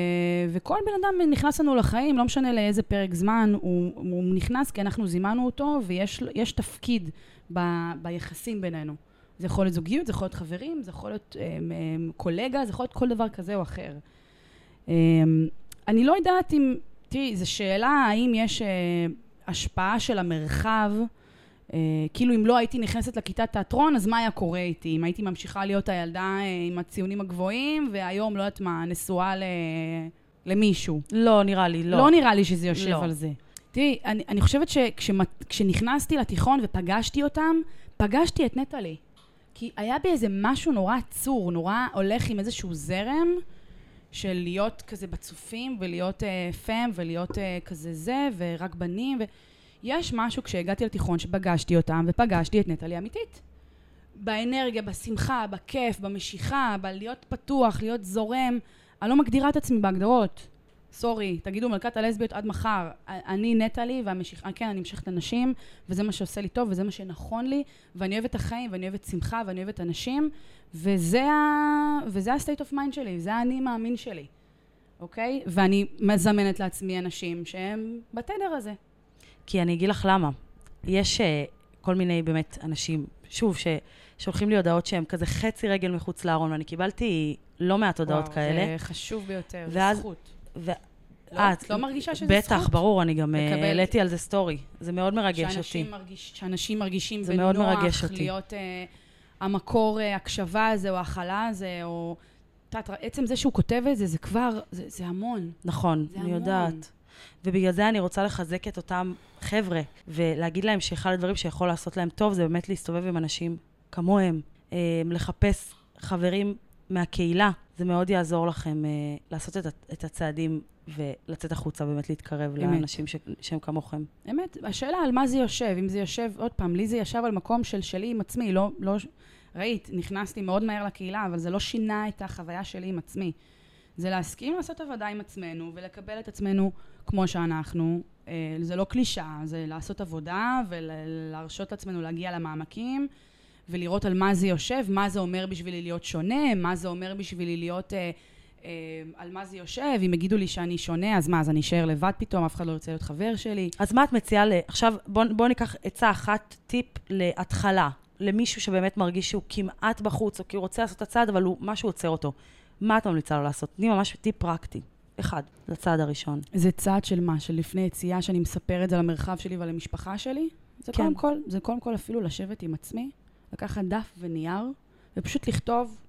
וכל בן אדם נכנס לנו לחיים, לא משנה לאיזה פרק זמן, הוא, הוא נכנס כי אנחנו זימנו אותו, ויש יש תפקיד ב... ביחסים בינינו. זה יכול להיות זוגיות, זה יכול להיות חברים, זה יכול להיות um, um, קולגה, זה יכול להיות כל דבר כזה או אחר. Um, אני לא יודעת אם, תראי, זו שאלה האם יש uh, השפעה של המרחב, Uh, כאילו אם לא הייתי נכנסת לכיתת תיאטרון, אז מה היה קורה איתי? אם הייתי ממשיכה להיות הילדה uh, עם הציונים הגבוהים, והיום לא יודעת מה, נשואה ל... למישהו. לא, נראה לי, לא. לא נראה לי שזה יושב לא. על זה. תראי, אני, אני חושבת שכשנכנסתי לתיכון ופגשתי אותם, פגשתי את נטלי. כי היה בי איזה משהו נורא עצור, נורא הולך עם איזשהו זרם, של להיות כזה בצופים, ולהיות uh, פם, ולהיות uh, כזה זה, ורק בנים, ו... יש משהו כשהגעתי לתיכון שפגשתי אותם, ופגשתי את נטלי אמיתית. באנרגיה, בשמחה, בכיף, במשיכה, בלהיות פתוח, להיות זורם. אני לא מגדירה את עצמי בהגדרות. סורי, תגידו מלכת הלסביות עד מחר. אני נטלי, והמשיכה, כן, אני משכת אנשים, וזה מה שעושה לי טוב, וזה מה שנכון לי, ואני אוהבת החיים, ואני אוהבת שמחה, ואני אוהבת אנשים, וזה ה... וזה ה-state of mind שלי, זה האני מאמין שלי. אוקיי? ואני מזמנת לעצמי אנשים שהם בתדר הזה. כי אני אגיד לך למה. יש uh, כל מיני באמת אנשים, שוב, ששולחים לי הודעות שהם כזה חצי רגל מחוץ לארון, ואני קיבלתי לא מעט הודעות וואו, כאלה. זה חשוב ביותר, ואז, זה זכות. ו... לא, את לא מרגישה שזה בטח, זכות? בטח, ברור, אני גם לקבל... העליתי על זה סטורי. זה מאוד מרגש שאנשים אותי. מרגיש, שאנשים מרגישים זה מאוד מרגש בנוח אותי. להיות uh, המקור uh, הקשבה הזה, או ההכלה הזה, או... תת, עצם זה שהוא כותב את זה, זה כבר, זה, זה המון. נכון, זה אני המון. יודעת. ובגלל זה אני רוצה לחזק את אותם חבר'ה, ולהגיד להם שאחד הדברים שיכול לעשות להם טוב, זה באמת להסתובב עם אנשים כמוהם, לחפש חברים מהקהילה, זה מאוד יעזור לכם אה, לעשות את, את הצעדים ולצאת החוצה, באמת להתקרב אמת. לאנשים ש, שהם כמוכם. אמת, השאלה על מה זה יושב, אם זה יושב, עוד פעם, לי זה ישב על מקום של שלי עם עצמי, לא, לא, ראית, נכנסתי מאוד מהר לקהילה, אבל זה לא שינה את החוויה שלי עם עצמי. זה להסכים לעשות עבודה עם עצמנו, ולקבל את עצמנו כמו שאנחנו. אה, זה לא קלישה, זה לעשות עבודה, ולהרשות לעצמנו להגיע למעמקים, ולראות על מה זה יושב, מה זה אומר בשבילי להיות שונה, מה זה אומר בשבילי להיות, אה, אה, על מה זה יושב, אם יגידו לי שאני שונה, אז מה, אז אני אשאר לבד פתאום, אף אחד לא ירצה להיות חבר שלי. אז מה את מציעה ל... עכשיו, בואו בוא ניקח עצה אחת, טיפ להתחלה, למישהו שבאמת מרגיש שהוא כמעט בחוץ, או כי הוא רוצה לעשות את הצעד, אבל הוא, משהו עוצר אותו. מה את ממליצה לו לעשות? תני ממש טיפ פרקטי. אחד, זה הצעד הראשון. זה צעד של מה? של לפני יציאה שאני מספר את זה למרחב שלי ולמשפחה שלי? זה כן. קודם כל, זה קודם כל אפילו לשבת עם עצמי, לקחת דף ונייר, ופשוט לכתוב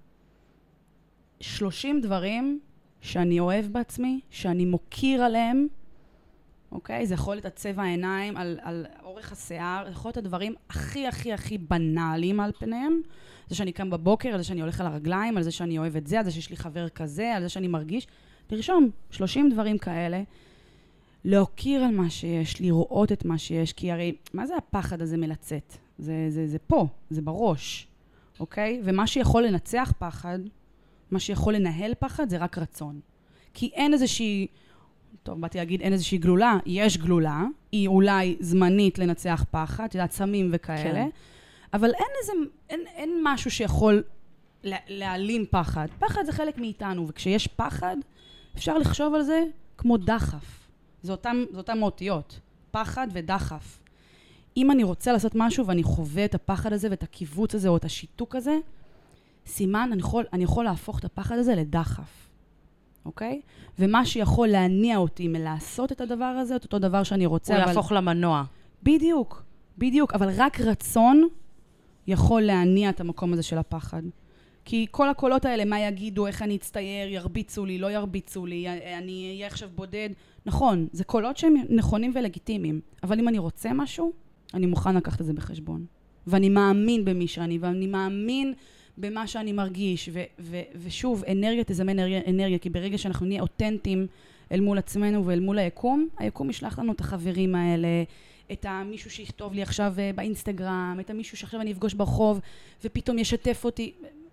שלושים דברים שאני אוהב בעצמי, שאני מוקיר עליהם, אוקיי? זה יכול להיות הצבע העיניים, על, על אורך השיער, זה יכול להיות הדברים הכי הכי הכי בנאליים על פניהם, זה שאני קם בבוקר, על זה שאני הולך על הרגליים, על זה שאני אוהב את זה, על זה שיש לי חבר כזה, על זה שאני מרגיש, לרשום שלושים דברים כאלה, להוקיר על מה שיש, לראות את מה שיש, כי הרי, מה זה הפחד הזה מלצאת? זה, זה, זה פה, זה בראש, אוקיי? ומה שיכול לנצח פחד, מה שיכול לנהל פחד, זה רק רצון. כי אין איזושהי, טוב, באתי להגיד, אין איזושהי גלולה, יש גלולה, היא אולי זמנית לנצח פחד, את יודעת, סמים וכאלה, כן. אבל אין איזה, אין, אין משהו שיכול לה, להעלים פחד. פחד זה חלק מאיתנו, וכשיש פחד, אפשר לחשוב על זה כמו דחף. זה אותם, זה אותם אותיות, פחד ודחף. אם אני רוצה לעשות משהו ואני חווה את הפחד הזה ואת הקיבוץ הזה או את השיתוק הזה, סימן, אני יכול, אני יכול להפוך את הפחד הזה לדחף. אוקיי? ומה שיכול להניע אותי מלעשות את הדבר הזה, את אותו דבר שאני רוצה. הוא אבל... יהפוך למנוע. בדיוק, בדיוק. אבל רק רצון יכול להניע את המקום הזה של הפחד. כי כל הקולות האלה, מה יגידו, איך אני אצטייר, ירביצו לי, לא ירביצו לי, אני אהיה עכשיו בודד. נכון, זה קולות שהם נכונים ולגיטימיים. אבל אם אני רוצה משהו, אני מוכן לקחת את זה בחשבון. ואני מאמין במי שאני, ואני מאמין במה שאני מרגיש. ו- ו- ושוב, אנרגיה תזמן אנרגיה, אנרגיה, כי ברגע שאנחנו נהיה אותנטיים אל מול עצמנו ואל מול היקום, היקום ישלח לנו את החברים האלה, את המישהו שיכתוב לי עכשיו באינסטגרם, את המישהו שעכשיו אני אפגוש ברחוב, ופתאום ישתף אותי.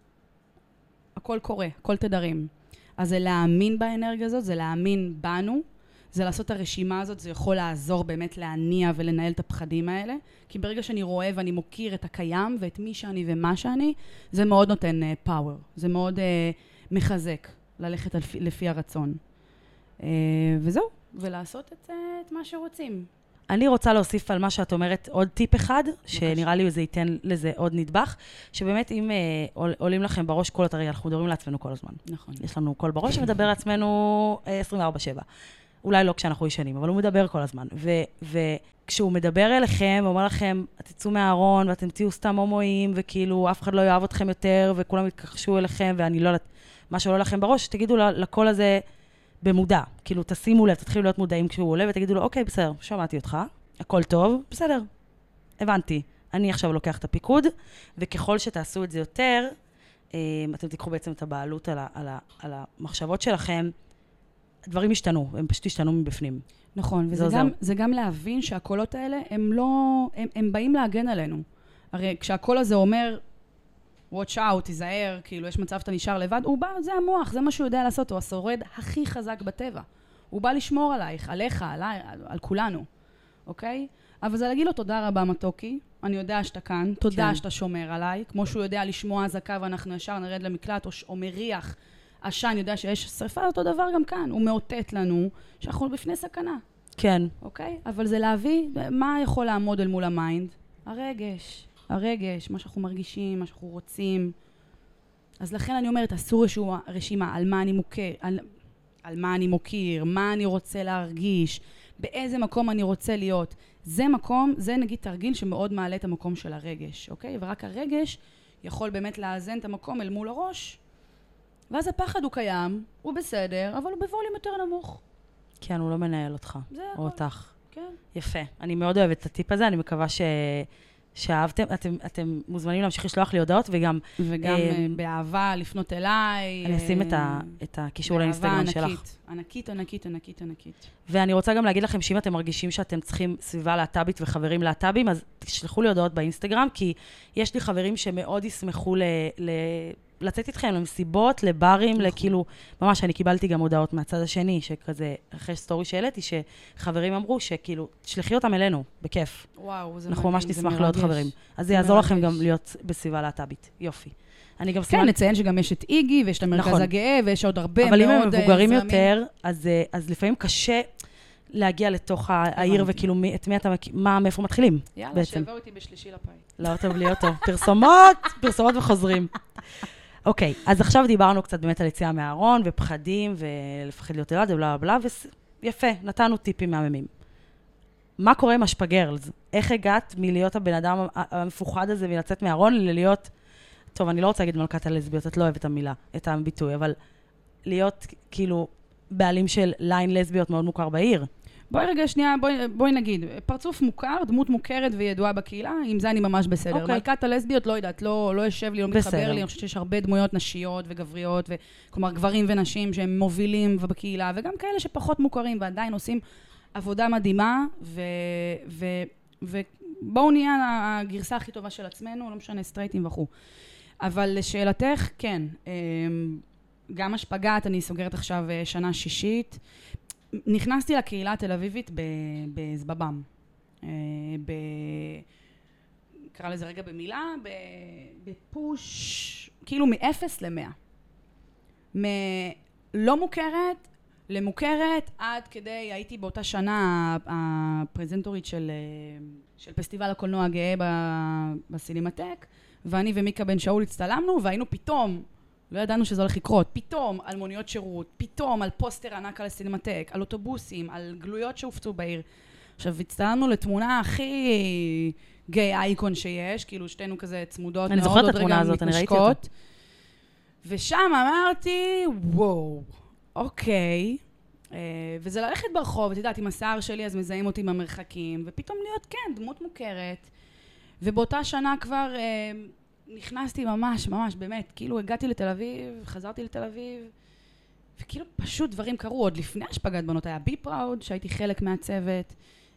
הכל קורה, הכל תדרים. אז זה להאמין באנרגיה הזאת, זה להאמין בנו, זה לעשות את הרשימה הזאת, זה יכול לעזור באמת להניע ולנהל את הפחדים האלה, כי ברגע שאני רואה ואני מוקיר את הקיים ואת מי שאני ומה שאני, זה מאוד נותן uh, power, זה מאוד uh, מחזק ללכת לפי, לפי הרצון. Uh, וזהו, ולעשות את, uh, את מה שרוצים. אני רוצה להוסיף על מה שאת אומרת עוד טיפ אחד, שנראה לי זה ייתן לזה עוד נדבך, שבאמת אם אה, עולים לכם בראש כל התרגל, אנחנו מדברים לעצמנו כל הזמן. נכון. יש לנו קול בראש שמדבר לעצמנו אה, עשרים וארבע שבע. אולי לא כשאנחנו ישנים, אבל הוא מדבר כל הזמן. ו- וכשהוא מדבר אליכם ואומר לכם, תצאו מהארון ואתם תהיו סתם הומואים, וכאילו אף אחד לא יאהב אתכם יותר, וכולם יתכחשו אליכם, ואני לא יודעת, מה שעולה לכם בראש, תגידו לקול הזה, במודע, כאילו תשימו לב, תתחילו להיות מודעים כשהוא עולה, ותגידו לו, אוקיי, בסדר, שמעתי אותך, הכל טוב, בסדר, הבנתי, אני עכשיו לוקח את הפיקוד, וככל שתעשו את זה יותר, אתם תיקחו בעצם את הבעלות על, ה, על, ה, על המחשבות שלכם, הדברים השתנו, הם פשוט השתנו מבפנים. נכון, וזה גם, זה גם להבין שהקולות האלה, הם לא, הם, הם באים להגן עלינו. הרי כשהקול הזה אומר, watch out, תיזהר, כאילו יש מצב שאתה נשאר לבד, הוא בא, זה המוח, זה מה שהוא יודע לעשות, הוא השורד הכי חזק בטבע. הוא בא לשמור עלייך, עליך, עליי, על, על כולנו, אוקיי? אבל זה להגיד לו תודה רבה מתוקי, אני יודע שאתה כאן, תודה כן. שאתה שומר עליי, כמו שהוא יודע לשמוע אזעקה ואנחנו ישר נרד למקלט, או, או מריח עשן, יודע שיש שריפה, אותו דבר גם כאן, הוא מאותת לנו שאנחנו בפני סכנה. כן. אוקיי? אבל זה להביא, מה יכול לעמוד אל מול המיינד? הרגש. הרגש, מה שאנחנו מרגישים, מה שאנחנו רוצים. אז לכן אני אומרת, אסור רשימה על מה אני מוכר, על, על מה אני מוכיר, מה אני רוצה להרגיש, באיזה מקום אני רוצה להיות. זה מקום, זה נגיד תרגיל שמאוד מעלה את המקום של הרגש, אוקיי? ורק הרגש יכול באמת לאזן את המקום אל מול הראש, ואז הפחד הוא קיים, הוא בסדר, אבל הוא בווליום יותר נמוך. כן, הוא לא מנהל אותך, זה או אותך. כן. יפה. אני מאוד אוהבת את הטיפ הזה, אני מקווה ש... שאהבתם, אתם, אתם מוזמנים להמשיך לשלוח לי הודעות, וגם... וגם אה, באהבה לפנות אליי. אני אשים את, ה, את הקישור לאינסטגרם שלך. ענקית, ענקית, ענקית, ענקית, ענקית. ואני רוצה גם להגיד לכם שאם אתם מרגישים שאתם צריכים סביבה להט"בית וחברים להט"בים, אז תשלחו לי הודעות באינסטגרם, כי יש לי חברים שמאוד ישמחו ל... ל לצאת איתכם למסיבות, לברים, לכאילו, ממש, אני קיבלתי גם הודעות מהצד השני, שכזה, אחרי סטורי שהעליתי, שחברים אמרו שכאילו, תשלחי אותם אלינו, בכיף. וואו, זה אנחנו ממש נשמח להיות חברים. אז זה יעזור לכם גם להיות בסביבה להט"בית. יופי. אני גם כן, נציין שגם יש את איגי, ויש את המרכז הגאה, ויש עוד הרבה מאוד... אבל אם הם מבוגרים יותר, אז לפעמים קשה להגיע לתוך העיר, וכאילו, את מי אתה, מה, מאיפה מתחילים? יאללה, שיבואו אותי בשלישי לפאי. לא טוב להיות טוב. פרסומות, פרסומות וחוזרים. אוקיי, אז עכשיו דיברנו קצת באמת על יציאה מהארון, ופחדים, ולפחד להיות ילד, ובלה בלה, ויפה, נתנו טיפים מהממים. מה קורה עם השפגרלס? איך הגעת מלהיות הבן אדם המפוחד הזה, מלצאת מהארון, ללהיות, טוב, אני לא רוצה להגיד מלכת הלסביות, את לא אוהבת את המילה, את הביטוי, אבל להיות כאילו בעלים של ליין לסביות מאוד מוכר בעיר. בואי רגע שנייה, בואי, בואי נגיד, פרצוף מוכר, דמות מוכרת וידועה בקהילה, עם זה אני ממש בסדר. Okay. מלכת הלסביות, לא יודעת, לא, לא יושב לי, לא מתחבר בסדר. לי, אני חושבת שיש הרבה דמויות נשיות וגבריות, ו, כלומר גברים ונשים שהם מובילים בקהילה, וגם כאלה שפחות מוכרים ועדיין עושים עבודה מדהימה, ו, ו, ובואו נהיה הגרסה הכי טובה של עצמנו, לא משנה סטרייטים וכו'. אבל לשאלתך, כן, גם השפגת, אני סוגרת עכשיו שנה שישית, נכנסתי לקהילה התל אביבית בזבבם. ב... קרא לזה רגע במילה, בפוש, כאילו מאפס למאה. מלא מוכרת למוכרת, עד כדי, הייתי באותה שנה הפרזנטורית של, של פסטיבל הקולנוע הגאה בסינמטק, ואני ומיקה בן שאול הצטלמנו, והיינו פתאום, לא ידענו שזה הולך לקרות, פתאום על מוניות שירות, פתאום על פוסטר ענק על הסינמטק, על אוטובוסים, על גלויות שהופצו בעיר. עכשיו, הצטלמנו לתמונה הכי גיי אייקון שיש, כאילו שתינו כזה צמודות מאוד, אני זוכרת את התמונה הזאת, אני ראיתי אותה. ושם אמרתי, וואו, אוקיי, וזה ללכת ברחוב, את יודעת, עם השיער שלי, אז מזהים אותי במרחקים, ופתאום להיות, כן, דמות מוכרת. ובאותה שנה כבר נכנסתי ממש, ממש, באמת, כאילו הגעתי לתל אביב, חזרתי לתל אביב, וכאילו פשוט דברים קרו. עוד לפני השפגת בנות היה בי פראוד, שהייתי חלק מהצוות,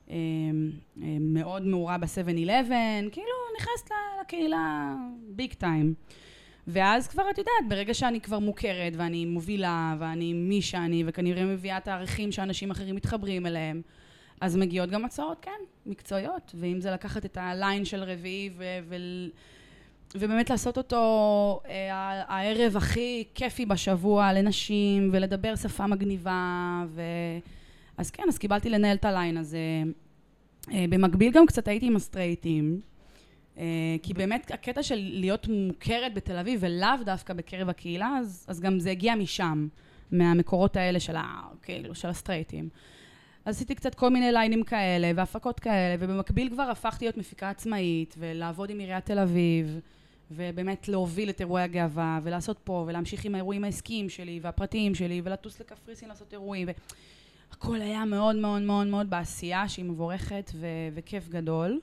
מאוד מעורה ב-שבע אלבן, כאילו נכנסת לקהילה ביג טיים. ואז כבר את יודעת, ברגע שאני כבר מוכרת, ואני מובילה, ואני מי שאני, וכנראה מביאה את הערכים שאנשים אחרים מתחברים אליהם, אז מגיעות גם הצעות, כן, מקצועיות. ואם זה לקחת את הליין של רביעי, ו- ו- ובאמת לעשות אותו אה, הערב הכי כיפי בשבוע לנשים, ולדבר שפה מגניבה, ו... אז כן, אז קיבלתי לנהל את הליין הזה. אה, במקביל גם קצת הייתי עם הסטרייטים, אה, כי באמת הקטע של להיות מוכרת בתל אביב, ולאו דווקא בקרב הקהילה, אז, אז גם זה הגיע משם, מהמקורות האלה של, ה, כאילו, של הסטרייטים. אז עשיתי קצת כל מיני ליינים כאלה, והפקות כאלה, ובמקביל כבר הפכתי להיות מפיקה עצמאית, ולעבוד עם עיריית תל אביב, ובאמת להוביל את אירועי הגאווה, ולעשות פה, ולהמשיך עם האירועים העסקיים שלי, והפרטיים שלי, ולטוס לקפריסין לעשות אירועים, והכל היה מאוד מאוד מאוד מאוד בעשייה, שהיא מבורכת ו- וכיף גדול.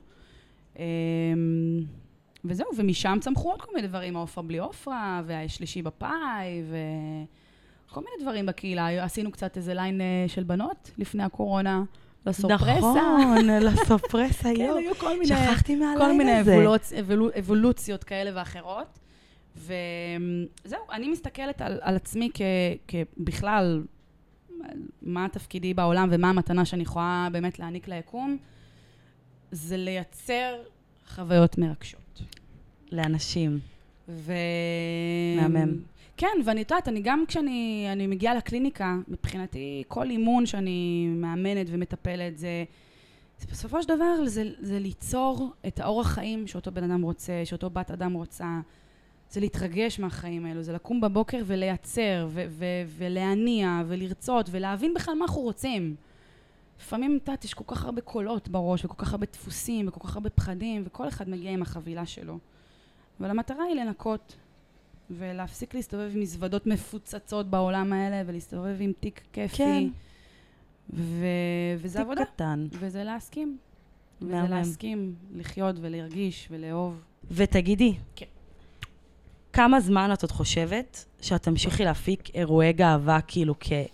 וזהו, ומשם צמחו עוד כל מיני דברים, האופרה בלי אופרה, והשלישי בפאי, ו... כל מיני דברים בקהילה. עשינו קצת איזה ליין של בנות לפני הקורונה, לסופרסה. נכון, לסופרסה, יו. כן, היו כל מיני... שכחתי מהליין הזה. כל מיני אבולוצ... אבול... אבולוציות כאלה ואחרות. וזהו, אני מסתכלת על, על עצמי כ... כבכלל, מה התפקידי בעולם ומה המתנה שאני יכולה באמת להעניק ליקום, זה לייצר חוויות מרגשות. לאנשים. ו... מהמם. כן, ואני יודעת, אני גם כשאני אני מגיעה לקליניקה, מבחינתי כל אימון שאני מאמנת ומטפלת, זה, זה בסופו של דבר, זה, זה ליצור את האורח חיים שאותו בן אדם רוצה, שאותו בת אדם רוצה, זה להתרגש מהחיים האלו, זה לקום בבוקר ולייצר, ו- ו- ולהניע, ולרצות, ולהבין בכלל מה אנחנו רוצים. לפעמים, תת, יש כל כך הרבה קולות בראש, וכל כך הרבה דפוסים, וכל כך הרבה פחדים, וכל אחד מגיע עם החבילה שלו. אבל המטרה היא לנקות, ולהפסיק להסתובב עם מזוודות מפוצצות בעולם האלה, ולהסתובב עם תיק כיפי. כן. ו... וזה תיק עבודה. קטן. וזה להסכים. וזה להסכים, לחיות ולהרגיש ולאהוב. ותגידי, כן. כמה זמן את עוד חושבת שאת תמשיכי להפיק אירועי גאווה כאילו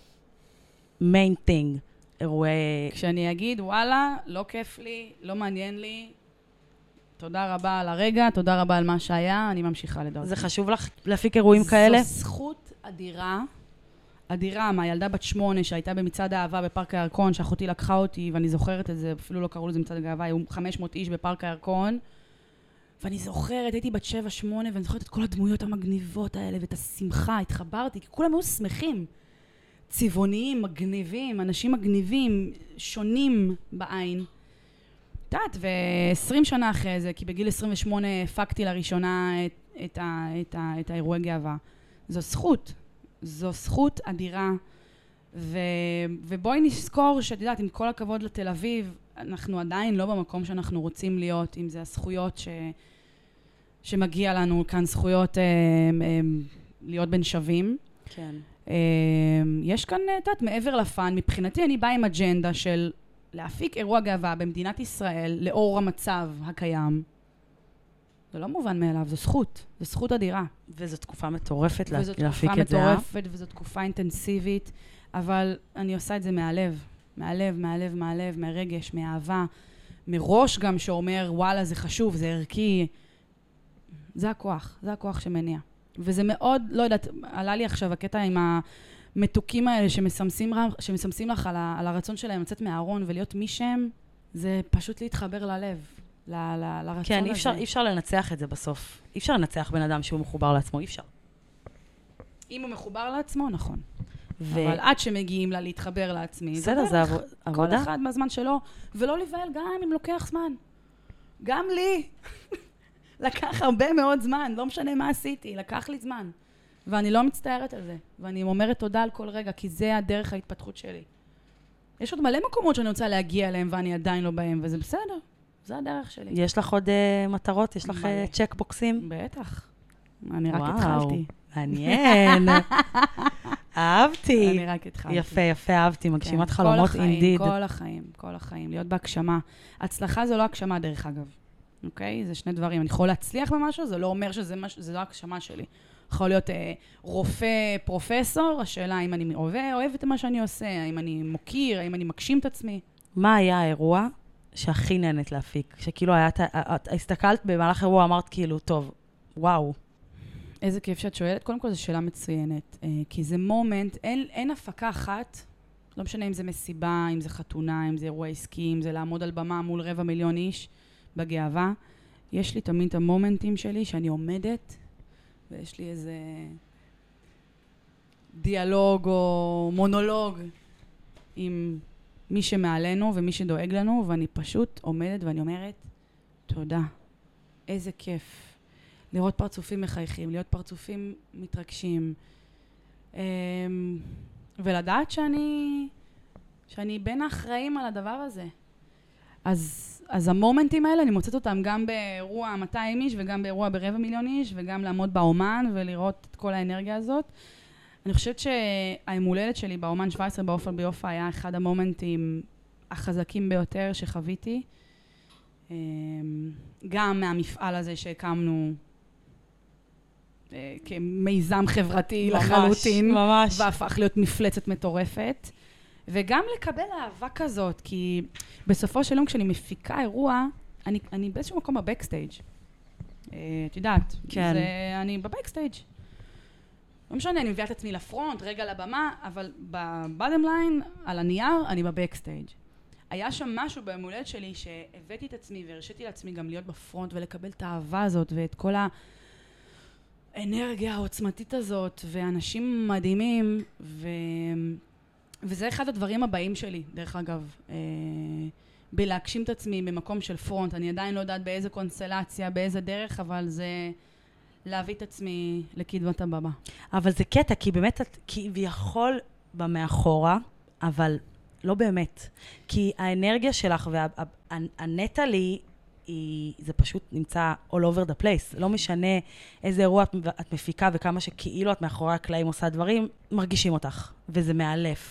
כ-main thing, אירועי... כשאני אגיד, וואלה, לא כיף לי, לא מעניין לי, תודה רבה על הרגע, תודה רבה על מה שהיה, אני ממשיכה לדעת. זה חשוב לך להפיק אירועים כאלה? זו זכות אדירה, אדירה מהילדה בת שמונה שהייתה במצעד האהבה בפארק הירקון, שאחותי לקחה אותי, ואני זוכרת את זה, אפילו לא קראו לזה מצעד הגאווה, היו חמש מאות איש בפארק הירקון, ואני זוכרת, הייתי בת שבע, שמונה, ואני זוכרת את כל הדמויות המגניבות האלה, ואת השמחה, התחברתי, כי כולם היו שמחים, צבעוניים, מגניבים, אנשים מגניבים, שונים בעין. יודעת, ו-עשרים שנה אחרי זה, כי בגיל עשרים ושמונה הפקתי לראשונה את, את, ה, את, ה, את האירועי גאווה. זו זכות, זו זכות אדירה, ו, ובואי נזכור שאת יודעת, עם כל הכבוד לתל אביב, אנחנו עדיין לא במקום שאנחנו רוצים להיות, אם זה הזכויות ש, שמגיע לנו כאן, זכויות אה, אה, להיות בין שווים. כן. אה, יש כאן, את יודעת, מעבר לפן, מבחינתי אני באה עם אג'נדה של להפיק אירוע גאווה במדינת ישראל לאור המצב הקיים. זה לא מובן מאליו, זו זכות, זו זכות אדירה. וזו תקופה מטורפת להפיק את זה. וזו תקופה מטורפת, וזו תקופה אינטנסיבית, אבל אני עושה את זה מהלב, מהלב, מהלב, מהלב, מהרגש, מהאהבה, מראש גם שאומר, וואלה, זה חשוב, זה ערכי. זה הכוח, זה הכוח שמניע. וזה מאוד, לא יודעת, עלה לי עכשיו הקטע עם ה... מתוקים האלה שמסמסים, שמסמסים לך על, ה, על הרצון שלהם לצאת מהארון ולהיות מי שהם, זה פשוט להתחבר ללב, ל, ל, לרצון כן, הזה. כן, אי אפשר, אי אפשר לנצח את זה בסוף. אי אפשר לנצח בן אדם שהוא מחובר לעצמו, אי אפשר. אם הוא מחובר לעצמו, נכון. ו... אבל עד שמגיעים לה להתחבר לעצמי, בסדר, זה עבוד, עבודה. כל אחד מהזמן שלו, ולא לבעל גם אם לוקח זמן. גם לי. לקח הרבה מאוד זמן, לא משנה מה עשיתי, לקח לי זמן. ואני לא מצטערת על זה, ואני אומרת תודה על כל רגע, כי זה הדרך ההתפתחות שלי. יש עוד מלא מקומות שאני רוצה להגיע אליהם, ואני עדיין לא בהם, וזה בסדר. זה הדרך שלי. יש לך עוד uh, מטרות? יש לך uh, צ'קבוקסים? בטח. אני רק וואו, התחלתי. מעניין. אהבתי. אני רק התחלתי. יפה, יפה, אהבתי. מגשימת כן, חלומות אינדיד. כל החיים, כל החיים. להיות בהגשמה. הצלחה זה לא הגשמה, דרך אגב. אוקיי? זה שני דברים. אני יכול להצליח במשהו, זה לא אומר שזה מש... זה לא הגשמה שלי. יכול להיות אה, רופא, פרופסור, השאלה האם אני אוהב, אוהב את מה שאני עושה, האם אני מוקיר, האם אני מגשים את עצמי. מה היה האירוע שהכי נהנית להפיק? שכאילו היה, את הסתכלת במהלך אירוע, אמרת כאילו, טוב, וואו. איזה כיף שאת שואלת. קודם כל, זו שאלה מצוינת, אה, כי זה מומנט, אין, אין הפקה אחת, לא משנה אם זה מסיבה, אם זה חתונה, אם זה אירוע עסקי, אם זה לעמוד על במה מול רבע מיליון איש בגאווה. יש לי תמיד את המומנטים שלי שאני עומדת, ויש לי איזה דיאלוג או מונולוג עם מי שמעלינו ומי שדואג לנו, ואני פשוט עומדת ואני אומרת, תודה, איזה כיף. לראות פרצופים מחייכים, להיות פרצופים מתרגשים, ולדעת שאני, שאני בין האחראים על הדבר הזה. אז, אז המומנטים האלה, אני מוצאת אותם גם באירוע מאתיים איש, וגם באירוע ברבע מיליון איש, וגם לעמוד באומן ולראות את כל האנרגיה הזאת. אני חושבת שההמולדת שלי באומן שבע עשרה באופל ביופה היה אחד המומנטים החזקים ביותר שחוויתי. גם מהמפעל הזה שהקמנו כמיזם חברתי ממש, לחלוטין. ממש. והפך להיות מפלצת מטורפת. וגם לקבל אהבה כזאת, כי בסופו של יום כשאני מפיקה אירוע, אני, אני באיזשהו מקום בבקסטייג'. את יודעת, כן. זה, אני בבקסטייג'. לא משנה, אני מביאה את עצמי לפרונט, רגע לבמה, אבל בבאדם ליין, על הנייר, אני בבקסטייג'. היה שם משהו בהמולדת שלי שהבאתי את עצמי והרשיתי לעצמי גם להיות בפרונט ולקבל את האהבה הזאת ואת כל האנרגיה העוצמתית הזאת, ואנשים מדהימים, ו... וזה אחד הדברים הבאים שלי, דרך אגב, אה, בלהגשים את עצמי במקום של פרונט. אני עדיין לא יודעת באיזה קונסטלציה, באיזה דרך, אבל זה להביא את עצמי לקדמת הבמה. אבל זה קטע, כי באמת את כביכול במאחורה, אבל לא באמת. כי האנרגיה שלך והנטע לי, היא, זה פשוט נמצא all over the place. לא משנה איזה אירוע את, את מפיקה וכמה שכאילו את מאחורי הקלעים עושה דברים, מרגישים אותך, וזה מאלף.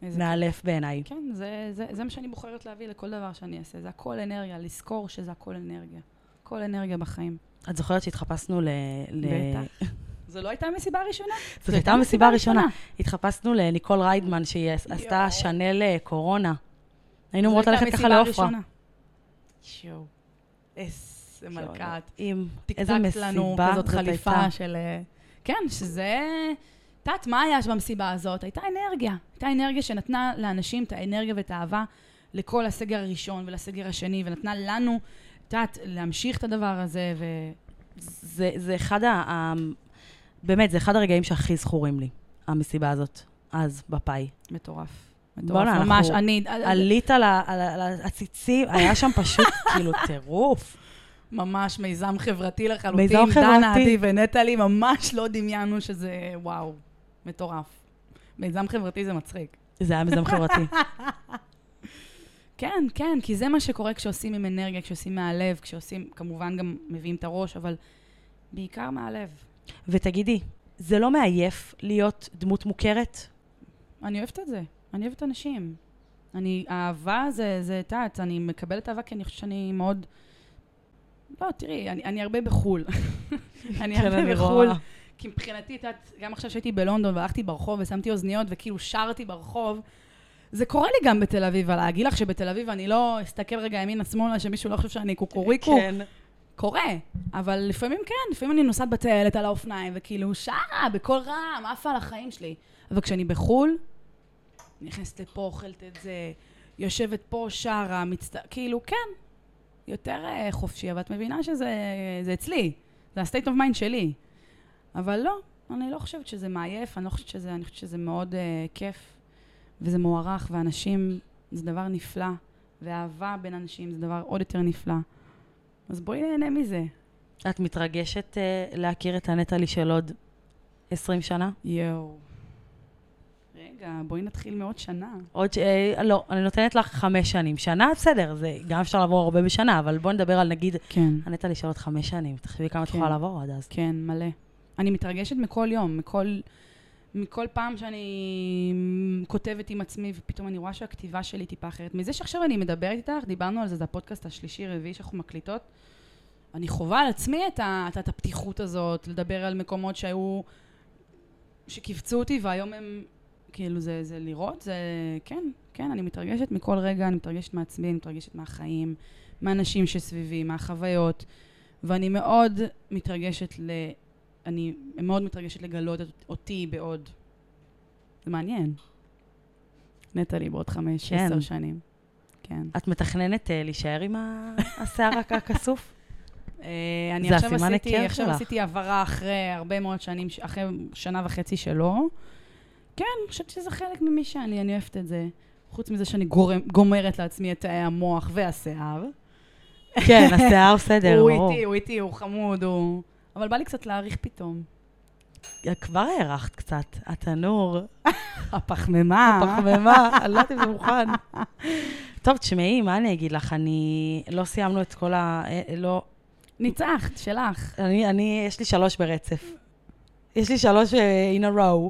מאלף בעיניי. כן, זה, זה, זה מה שאני בוחרת להביא לכל דבר שאני אעשה. זה הכל אנרגיה, לזכור שזה הכל אנרגיה. הכל אנרגיה בחיים. את זוכרת שהתחפשנו ל... בטח. זו לא הייתה המסיבה הראשונה? זו הייתה המסיבה הראשונה. התחפשנו לניקול ריידמן, שהיא עשתה שנל קורונה. היינו אמורות ללכת ככה לעופרה. שואו. איזה מלכת. איזה מסיבה כזאת חליפה של... כן, שזה... תת, מה היה במסיבה הזאת? הייתה אנרגיה. הייתה אנרגיה שנתנה לאנשים את האנרגיה ואת האהבה לכל הסגר הראשון ולסגר השני, ונתנה לנו, תת, להמשיך את הדבר הזה, ו... זה, זה אחד ה... באמת, זה אחד הרגעים שהכי זכורים לי, המסיבה הזאת, אז בפאי. מטורף. מטורף, ממש, אני... עלית על הציצים, היה שם פשוט כאילו טירוף. ממש מיזם חברתי לחלוטין. מיזם חברתי. דנה, עדי ונטלי, ממש לא דמיינו שזה, וואו, מטורף. מיזם חברתי זה מצחיק. זה היה מיזם חברתי. כן, כן, כי זה מה שקורה כשעושים עם אנרגיה, כשעושים מהלב, כשעושים, כמובן גם מביאים את הראש, אבל בעיקר מהלב. ותגידי, זה לא מעייף להיות דמות מוכרת? אני אוהבת את זה. אני אוהבת אנשים. אני, האהבה זה, זה תת, אני מקבלת אהבה כי אני חושבת שאני מאוד... לא, תראי, אני, אני הרבה בחול. אני הרבה בחול. כי מבחינתי, תת, גם עכשיו שהייתי בלונדון והלכתי ברחוב ושמתי אוזניות וכאילו שרתי ברחוב, זה קורה לי גם בתל אביב, אבל להגיד לך שבתל אביב אני לא אסתכל רגע ימינה שמאלה, שמישהו לא חושב שאני קוקוריקו. כן. קורה, אבל לפעמים כן, לפעמים אני נוסעת בטיילת על האופניים, וכאילו שרה, בכל רם, עפה על החיים שלי. אבל כשאני בחול, נכנסת לפה, אוכלת את זה, יושבת פה, שרה, מצט... כאילו, כן, יותר uh, חופשי, אבל את מבינה שזה זה אצלי, זה ה-state of mind שלי. אבל לא, אני לא חושבת שזה מעייף, אני לא חושבת שזה, אני חושבת שזה מאוד uh, כיף, וזה מוערך, ואנשים, זה דבר נפלא, ואהבה בין אנשים זה דבר עוד יותר נפלא. אז בואי נהנה מזה. את מתרגשת uh, להכיר את הנטלי של עוד עשרים שנה? יואו. רגע, בואי נתחיל מעוד שנה. עוד ש... אה, לא, אני נותנת לך חמש שנים. שנה, בסדר, זה גם אפשר לעבור הרבה בשנה, אבל בואי נדבר על נגיד, כן. הנטלי של עוד חמש שנים. תחשבי כמה כן. תוכל לעבור עד אז. כן, מלא. אני מתרגשת מכל יום, מכל, מכל פעם שאני כותבת עם עצמי, ופתאום אני רואה שהכתיבה שלי טיפה אחרת. מזה שעכשיו אני מדברת איתך, דיברנו על זה, זה הפודקאסט השלישי, רביעי שאנחנו מקליטות. אני חובה על עצמי את, ה, את הפתיחות הזאת, לדבר על מקומות שהיו, שקיפצו אותי, והיום הם, כאילו, זה, זה לראות, זה, כן, כן, אני מתרגשת מכל רגע, אני מתרגשת מעצמי, אני מתרגשת מהחיים, מהאנשים שסביבי, מהחוויות, ואני מאוד מתרגשת ל... אני מאוד מתרגשת לגלות אותי בעוד. זה מעניין. נטלי בעוד חמש, כן. עשר שנים. כן. את מתכננת uh, להישאר עם השיער הכסוף? אני זה עכשיו הסימן עשיתי, היכר עכשיו שלך. עשיתי עברה אחרי הרבה מאוד שנים, אחרי שנה וחצי שלו. כן, אני חושבת שזה חלק ממי שאני, אני אוהבת את זה. חוץ מזה שאני גורם, גומרת לעצמי את תאי המוח והשיער. כן, השיער בסדר. הוא איתי, הוא איתי, הוא חמוד, הוא... אבל בא לי קצת להעריך פתאום. כבר הערכת קצת, התנור. הפחמימה. הפחמימה, אני לא יודעת אם זה מוכן. טוב, תשמעי, מה אני אגיד לך? אני לא סיימנו את כל ה... לא... ניצחת, שלך. אני, אני, יש לי שלוש ברצף. יש לי שלוש in a row.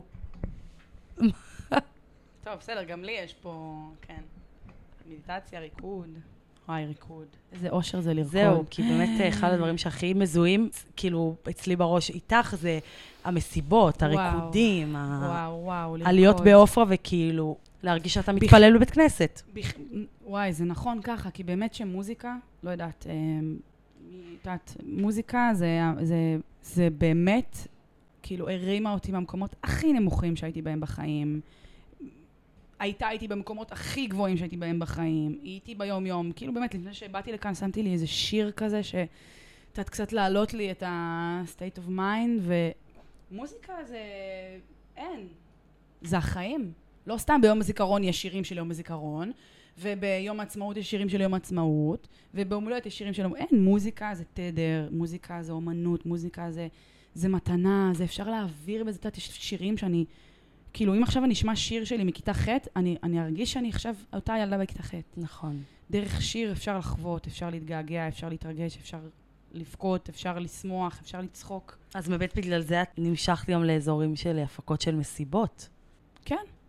טוב, בסדר, גם לי יש פה, כן. מדיטציה, ריקוד. וואי, ריקוד. איזה אושר זה לרקוד. זהו, כי באמת אחד הדברים שהכי מזוהים, כאילו, אצלי בראש איתך, זה המסיבות, הריקודים, וואו, וואו, לרקוד. עליות באופרה, וכאילו, להרגיש שאתה מתפלל בבית כנסת. וואי, זה נכון ככה, כי באמת שמוזיקה, לא יודעת, יודעת, מוזיקה זה, זה, זה באמת, כאילו, הרימה אותי מהמקומות הכי נמוכים שהייתי בהם בחיים. הייתה איתי במקומות הכי גבוהים שהייתי בהם בחיים. הייתי ביום יום. כאילו באמת, לפני שבאתי לכאן, שמתי לי איזה שיר כזה, שתת קצת להעלות לי את ה-state of mind, ומוזיקה זה... אין. זה החיים. לא סתם ביום הזיכרון יש שירים של יום הזיכרון, וביום העצמאות יש שירים של יום העצמאות, ובאומלויות יש שירים של יום... אין, מוזיקה זה תדר, מוזיקה זה אומנות, מוזיקה זה, זה מתנה, זה אפשר להעביר בזה. תת, יש שירים שאני... כאילו, אם עכשיו אני אשמע שיר שלי מכיתה ח', אני, אני ארגיש שאני עכשיו אותה ילדה בכיתה ח'. נכון. דרך שיר אפשר לחוות, אפשר להתגעגע, אפשר להתרגש, אפשר לבכות, אפשר לשמוח, אפשר לצחוק. אז באמת בגלל זה את נמשכת גם לאזורים של הפקות של מסיבות. כן,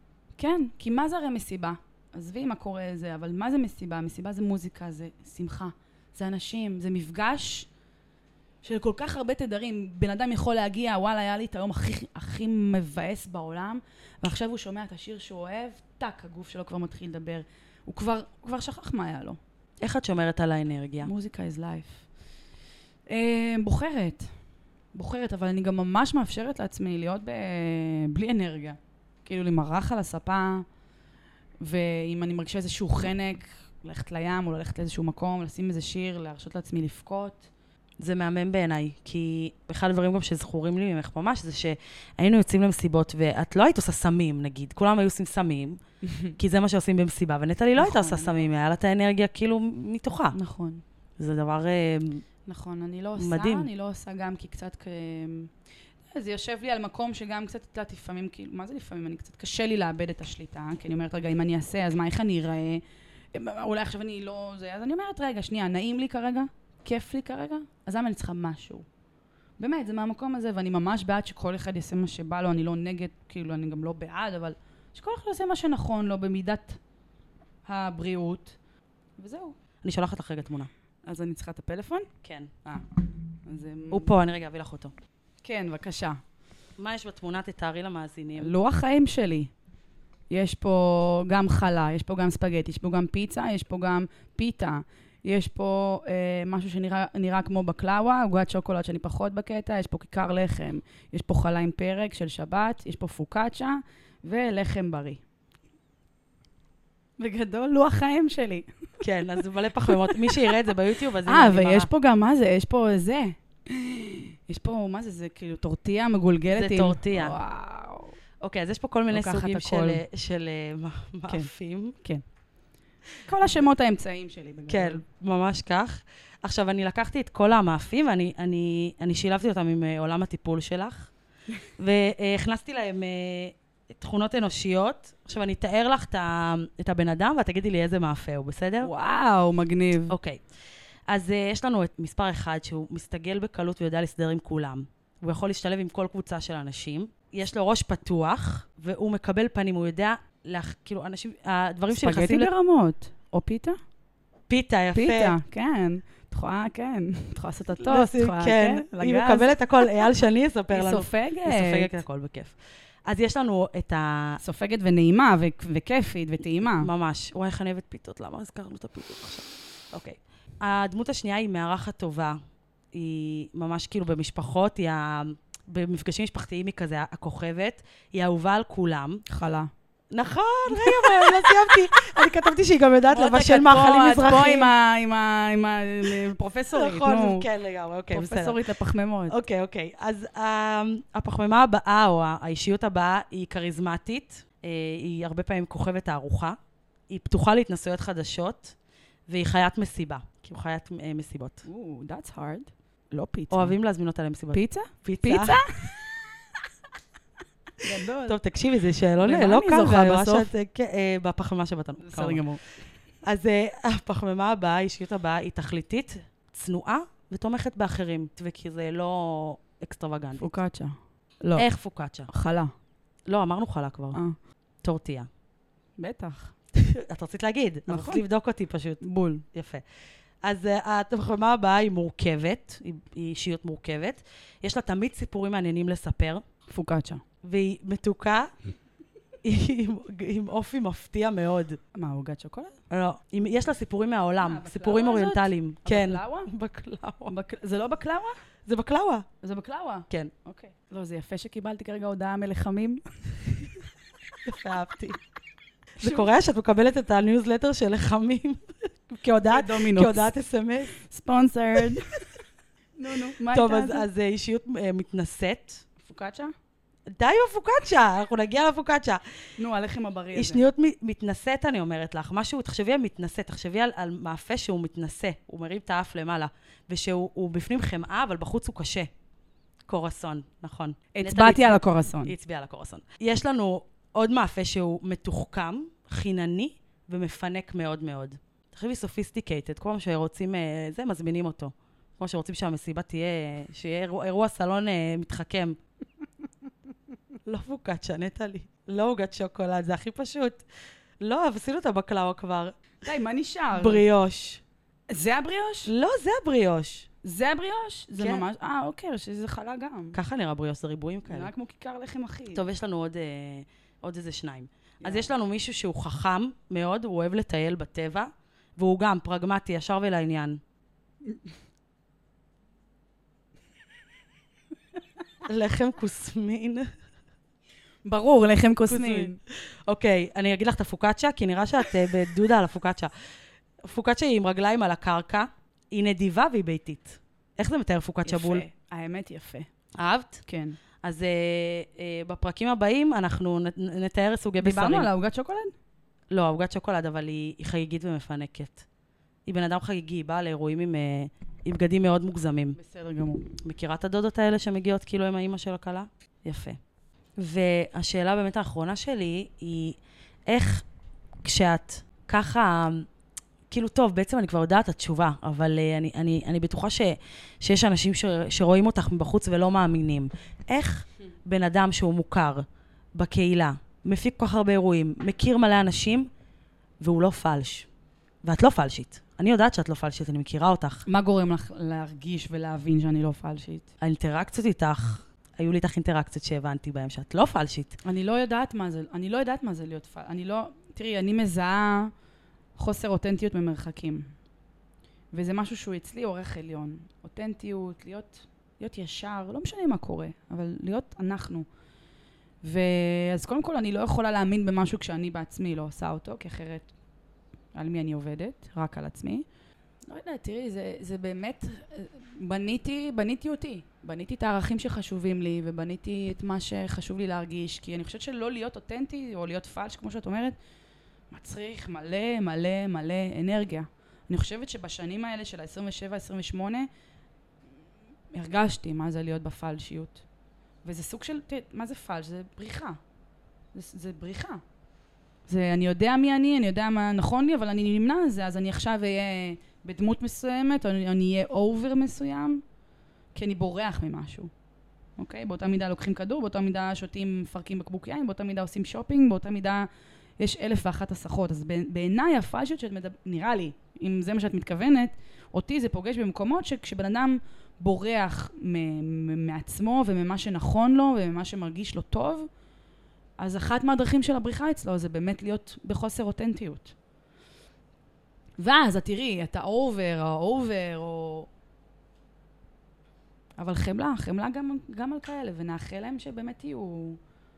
כן, כי מה זה הרי מסיבה? עזבי מה קורה זה, אבל מה זה מסיבה? מסיבה זה מוזיקה, זה שמחה, זה אנשים, זה מפגש של כל כך הרבה תדרים. בן אדם יכול להגיע, וואלה, היה לי את היום הכי, הכי מבאס בעולם, ועכשיו הוא שומע את השיר שהוא אוהב, טק, הגוף שלו כבר מתחיל לדבר. הוא כבר, הוא כבר שכח מה היה לו. איך את שומרת על האנרגיה? מוזיקה is life. אה, בוחרת. בוחרת, אבל אני גם ממש מאפשרת לעצמי להיות ב... בלי אנרגיה. כאילו למרח על הספה, ואם אני מרגישה איזשהו חנק, ללכת לים או ללכת לאיזשהו מקום, לשים איזה שיר, להרשות לעצמי לפקות. זה מהמם בעיניי, כי אחד הדברים גם שזכורים לי ממך ממש, זה שהיינו יוצאים למסיבות, ואת לא היית עושה סמים, נגיד. כולם היו עושים סמים, כי זה מה שעושים במסיבה, ונטלי לא הייתה עושה סמים, היה לה את האנרגיה כאילו מתוכה. נכון. זה דבר נכון, אני לא עושה, מדהים. אני לא עושה גם כי קצת כ... זה יושב לי על מקום שגם קצת, את יודעת, לפעמים, כאילו, מה זה לפעמים? אני קצת קשה לי לאבד את השליטה, כי אני אומרת, רגע, אם אני אעשה, אז מה, איך אני אראה? אולי עכשיו אני לא... זה, אז אני אומרת, רגע, שנייה, נעים לי כרגע? כיף לי כרגע? אז למה אני צריכה משהו? באמת, זה מהמקום הזה, ואני ממש בעד שכל אחד יעשה מה שבא לו, אני לא נגד, כאילו, אני גם לא בעד, אבל שכל אחד יעשה מה שנכון לו במידת הבריאות, וזהו. אני שולחת לך רגע תמונה. אז אני צריכה את הפלאפון? כן. אה. אז... הוא פה, אני רגע אביא לך אותו. כן, בבקשה. מה יש בתמונה? תתארי למאזינים. לוח חיים שלי. יש פה גם חלה, יש פה גם ספגטי, יש פה גם פיצה, יש פה גם פיתה. יש פה אה, משהו שנראה כמו בקלאווה, עוגת שוקולד שאני פחות בקטע, יש פה כיכר לחם, יש פה חלה עם פרק של שבת, יש פה פוקאצ'ה ולחם בריא. בגדול, לוח חיים שלי. כן, אז מלא פחמימות. מי שיראה את זה ביוטיוב, אז... אה, ויש פה גם, מה זה? יש פה זה. יש פה, מה זה? זה כאילו טורטיה מגולגלת עם... זה טורטיה. וואו. אוקיי, אז יש פה כל מיני סוגים של מאפים. כן. כל השמות האמצעיים שלי. כן, ממש כך. עכשיו, אני לקחתי את כל המאפים, ואני שילבתי אותם עם עולם הטיפול שלך, והכנסתי להם תכונות אנושיות. עכשיו, אני אתאר לך את הבן אדם, ואת תגידי לי איזה מאפה הוא, בסדר? וואו, מגניב. אוקיי. אז יש לנו את מספר אחד, שהוא מסתגל בקלות ויודע להסדר עם כולם. הוא יכול להשתלב עם כל קבוצה של אנשים. יש לו ראש פתוח, והוא מקבל פנים, הוא יודע... לך, כאילו, אנשים, הדברים שנכנסים... ספגטי ברמות. או פיתה? פיתה, יפה. פיתה, כן. את יכולה, כן. את יכולה לעשות את הטוסט, את יכולה, כן. היא מקבלת הכל, אייל שני יספר לנו. היא סופגת. היא סופגת הכל בכיף. אז יש לנו את ה... סופגת ונעימה, וכיפית, וטעימה. ממש. וואי, איך אני אוהבת פיתות, למה הזכרנו את הפיתות עכשיו? אוקיי. הדמות השנייה היא מארחת טובה. היא ממש כאילו במשפחות, היא ה... במפגשים משפחתיים היא כזה הכוכבת. היא אהובה על כולם. חלה. נכון, רגע, לא סיימתי. אני כתבתי שהיא גם יודעת לבשל מאכלים מזרחיים. את פה עם הפרופסורית, נכון, כן, לגמרי, אוקיי, בסדר. פרופסורית לפחמימות. אוקיי, אוקיי. אז הפחמימה הבאה, או האישיות הבאה, היא כריזמטית. היא הרבה פעמים כוכבת הארוחה. היא פתוחה להתנסויות חדשות, והיא חיית מסיבה. כאילו חיית מסיבות. או, that's hard. לא פיצה. אוהבים להזמין אותה למסיבות. פיצה? פיצה? גדול. טוב, תקשיבי, זה שאלון לא קל, והראה שאת בפחמימה שבתנו. בסדר גמור. אז הפחמימה הבאה, האישיות הבאה, היא תכליתית, צנועה ותומכת באחרים, וכי זה לא אקסטרווגנטי. פוקאצ'ה. לא. איך פוקאצ'ה? חלה. לא, אמרנו חלה כבר. טורטיה. בטח. את רצית להגיד, את רצית לבדוק אותי פשוט. בול. יפה. אז הפחמימה הבאה היא מורכבת, היא אישיות מורכבת. יש לה תמיד סיפורים מעניינים לספר. פוקאצ'ה. והיא מתוקה עם אופי מפתיע מאוד. מה, עוגת שוקולד? לא, יש לה סיפורים מהעולם, סיפורים אוריינטליים. כן. בקלאווה? בקלאווה. זה לא בקלאווה? זה בקלאווה. זה בקלאווה? כן. אוקיי. לא, זה יפה שקיבלתי כרגע הודעה מלחמים. יפה, אהבתי. זה קורה שאת מקבלת את הניוזלטר של לחמים כהודעת אס אם אס. ספונסרד. נו, נו, מה טוב, אז אישיות מתנשאת. פוקאצ'ה? די בפוקאצ'ה, אנחנו נגיע לפוקאצ'ה. נו, הלחם הבריא הזה. אישיות מתנשאת, אני אומרת לך. משהו, תחשבי על מתנשא, תחשבי על, על מאפה שהוא מתנשא. הוא מרים את האף למעלה. ושהוא בפנים חמאה, אבל בחוץ הוא קשה. קורסון, נכון. הצבעתי על הקורסון. היא הצביעה על הקורסון. יש לנו עוד מאפה שהוא מתוחכם, חינני, ומפנק מאוד מאוד. תחשבי סופיסטיקייטד, כל מה שרוצים, זה, מזמינים אותו. כמו שרוצים שהמסיבה תהיה, שיהיה אירוע, אירוע סלון מתחכם. לא פוקאצ'ה, נטלי. לא עוגת שוקולד, זה הכי פשוט. לא, אבל עשינו את הבקלאווה כבר. די, מה נשאר? בריאוש. זה הבריאוש? לא, זה הבריאוש. זה הבריאוש? זה כן. ממש... אה, אוקיי, שזה חלה גם. ככה נראה בריאוש, זה ריבועים כאלה. נראה כמו כיכר לחם אחי. טוב, יש לנו עוד, אה, עוד איזה שניים. יאללה. אז יש לנו מישהו שהוא חכם מאוד, הוא אוהב לטייל בטבע, והוא גם פרגמטי, ישר ולעניין. לחם כוסמין. ברור, לחם קוסמין. אוקיי, אני אגיד לך את הפוקצ'ה, כי נראה שאת אה, בדודה על הפוקצ'ה. הפוקצ'ה היא עם רגליים על הקרקע, היא נדיבה והיא ביתית. איך זה מתאר פוקצ'ה בול? יפה, האמת יפה. אהבת? כן. אז אה, אה, בפרקים הבאים אנחנו נ- נתאר סוגי בשרים. דיברנו על העוגת שוקולד? לא, עוגת שוקולד, אבל היא, היא חגיגית ומפנקת. היא בן אדם חגיגי, היא באה לאירועים עם, אה, עם בגדים מאוד מוגזמים. בסדר גמור. מכירה את הדודות האלה שמגיעות כאילו עם האמא של הכלה? יפה. והשאלה באמת האחרונה שלי היא, איך כשאת ככה, כאילו טוב, בעצם אני כבר יודעת את התשובה, אבל uh, אני, אני, אני בטוחה ש, שיש אנשים ש, שרואים אותך מבחוץ ולא מאמינים. איך בן אדם שהוא מוכר בקהילה, מפיק כל כך הרבה אירועים, מכיר מלא אנשים, והוא לא פלש. ואת לא פלשית. אני יודעת שאת לא פלשית, אני מכירה אותך. מה גורם לך להרגיש ולהבין שאני לא פלשית? האינטראקציות איתך, היו לי איתך אינטראקציות שהבנתי בהם שאת לא פלשית. אני לא יודעת מה זה, אני לא יודעת מה זה להיות פלש. אני לא, תראי, אני מזהה חוסר אותנטיות ממרחקים. וזה משהו שהוא אצלי עורך עליון. אותנטיות, להיות, להיות ישר, לא משנה מה קורה, אבל להיות אנחנו. ואז קודם כל אני לא יכולה להאמין במשהו כשאני בעצמי לא עושה אותו, כי אחרת על מי אני עובדת, רק על עצמי. לא יודעת, תראי, זה, זה באמת, בניתי, בניתי אותי. בניתי את הערכים שחשובים לי, ובניתי את מה שחשוב לי להרגיש, כי אני חושבת שלא להיות אותנטי, או להיות פלש, כמו שאת אומרת, מצריך מלא, מלא, מלא אנרגיה. אני חושבת שבשנים האלה של ה-עשרים ושבע עשרים ושמונה, הרגשתי מה זה להיות בפלשיות. וזה סוג של, תראה, מה זה פלש? זה בריחה. זה, זה בריחה. זה, אני יודע מי אני, אני יודע מה נכון לי, אבל אני נמנע על זה, אז אני עכשיו אהיה בדמות מסוימת, או אני אהיה אובר מסוים, כי אני בורח ממשהו. אוקיי? באותה מידה לוקחים כדור, באותה מידה שותים, מפרקים בקבוק יין, באותה מידה עושים שופינג, באותה מידה יש אלף ואחת הסחות. אז בעיניי הפלשיות שאת מדבר, נראה לי, אם זה מה שאת מתכוונת, אותי זה פוגש במקומות שכשבן אדם בורח מ- מעצמו וממה שנכון לו וממה שמרגיש לו טוב, אז אחת מהדרכים של הבריחה אצלו זה באמת להיות בחוסר אותנטיות. ואז, את תראי, אתה אובר, או אובר, או... אבל חמלה, חמלה גם, גם על כאלה, ונאחל להם שבאמת יהיו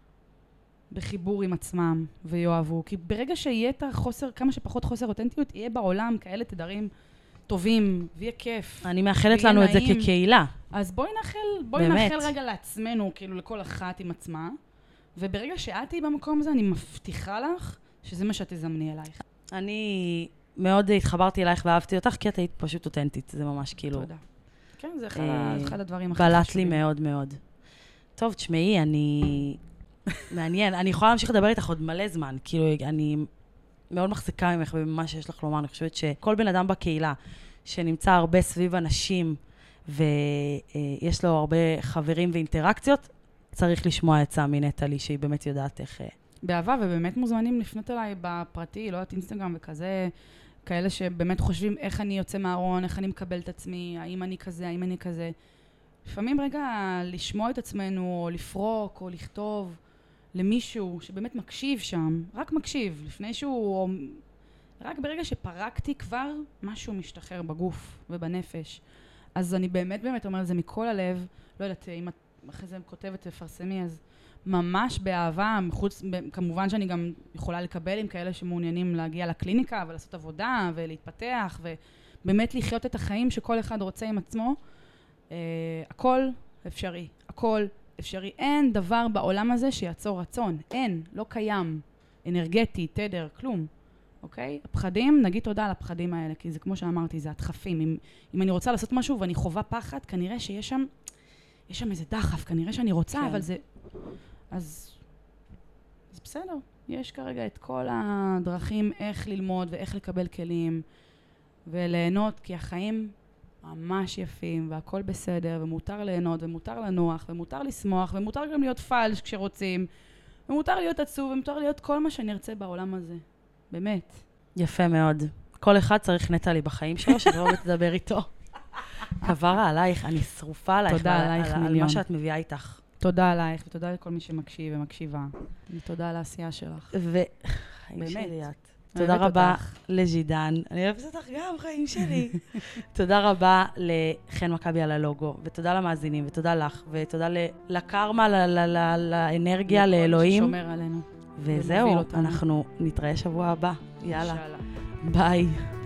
בחיבור עם עצמם ויואבו. כי ברגע שיהיה את החוסר, כמה שפחות חוסר אותנטיות, יהיה בעולם כאלה תדרים טובים, ויהיה כיף. אני מאחלת לנו את זה כקהילה. אז בואי נאחל, בואי נאחל רגע לעצמנו, כאילו לכל אחת עם עצמה. וברגע שאת תהיי במקום הזה, אני מבטיחה לך שזה מה שאת תזמני אלייך. אני מאוד התחברתי אלייך ואהבתי אותך, כי את היית פשוט אותנטית. זה ממש כאילו... תודה. כן, זה אחד, אה, אחד הדברים הכי בלט חשובים. לי מאוד מאוד. טוב, תשמעי, אני... מעניין. אני יכולה להמשיך לדבר איתך עוד מלא זמן. כאילו, אני מאוד מחזיקה ממך במה שיש לך לומר. אני חושבת שכל בן אדם בקהילה שנמצא הרבה סביב אנשים, ויש לו הרבה חברים ואינטראקציות, צריך לשמוע את סמי נטלי, שהיא באמת יודעת איך... באהבה, ובאמת מוזמנים לפנות אליי בפרטי, לא יודעת אינסטגרם וכזה, כאלה שבאמת חושבים איך אני יוצא מהארון, איך אני מקבל את עצמי, האם אני כזה, האם אני כזה. לפעמים רגע לשמוע את עצמנו, או לפרוק, או לכתוב למישהו שבאמת מקשיב שם, רק מקשיב, לפני שהוא... או... רק ברגע שפרקתי כבר, משהו משתחרר בגוף ובנפש. אז אני באמת באמת אומרת, זה מכל הלב, לא יודעת, אם את אחרי זה כותבת ופרסמי, אז ממש באהבה, מחוץ, כמובן שאני גם יכולה לקבל עם כאלה שמעוניינים להגיע לקליניקה ולעשות עבודה ולהתפתח ובאמת לחיות את החיים שכל אחד רוצה עם עצמו. אה, הכל אפשרי, הכל אפשרי. אין דבר בעולם הזה שיעצור רצון, אין, לא קיים, אנרגטי, תדר, כלום. אוקיי? הפחדים, נגיד תודה על הפחדים האלה, כי זה כמו שאמרתי, זה הדחפים. אם, אם אני רוצה לעשות משהו ואני חובה פחד, כנראה שיש שם יש שם איזה דחף, כנראה שאני רוצה, כן. אבל זה... אז... אז בסדר. יש כרגע את כל הדרכים איך ללמוד ואיך לקבל כלים וליהנות, כי החיים ממש יפים והכל בסדר, ומותר ליהנות ומותר לנוח ומותר לשמוח ומותר גם להיות פלש כשרוצים, ומותר להיות עצוב, ומותר להיות כל מה שנרצה בעולם הזה. באמת. יפה מאוד. כל אחד צריך נטלי בחיים שלו, שתבוא ותדבר איתו. כברה עלייך, אני שרופה עלייך. תודה עלייך על, מיליון. על מה שאת מביאה איתך. תודה עלייך, ותודה לכל מי שמקשיב ומקשיבה. ותודה על העשייה שלך. ו... חיים שלי את. תודה רבה לג'ידן. אני אוהבת אותך גם, חיים שלי. תודה רבה לחן מכבי על הלוגו, ותודה למאזינים, ותודה לך, ותודה לקרמה, לאנרגיה, לאלוהים. ששומר עלינו. וזהו, אנחנו נתראה שבוע הבא. יאללה. ביי.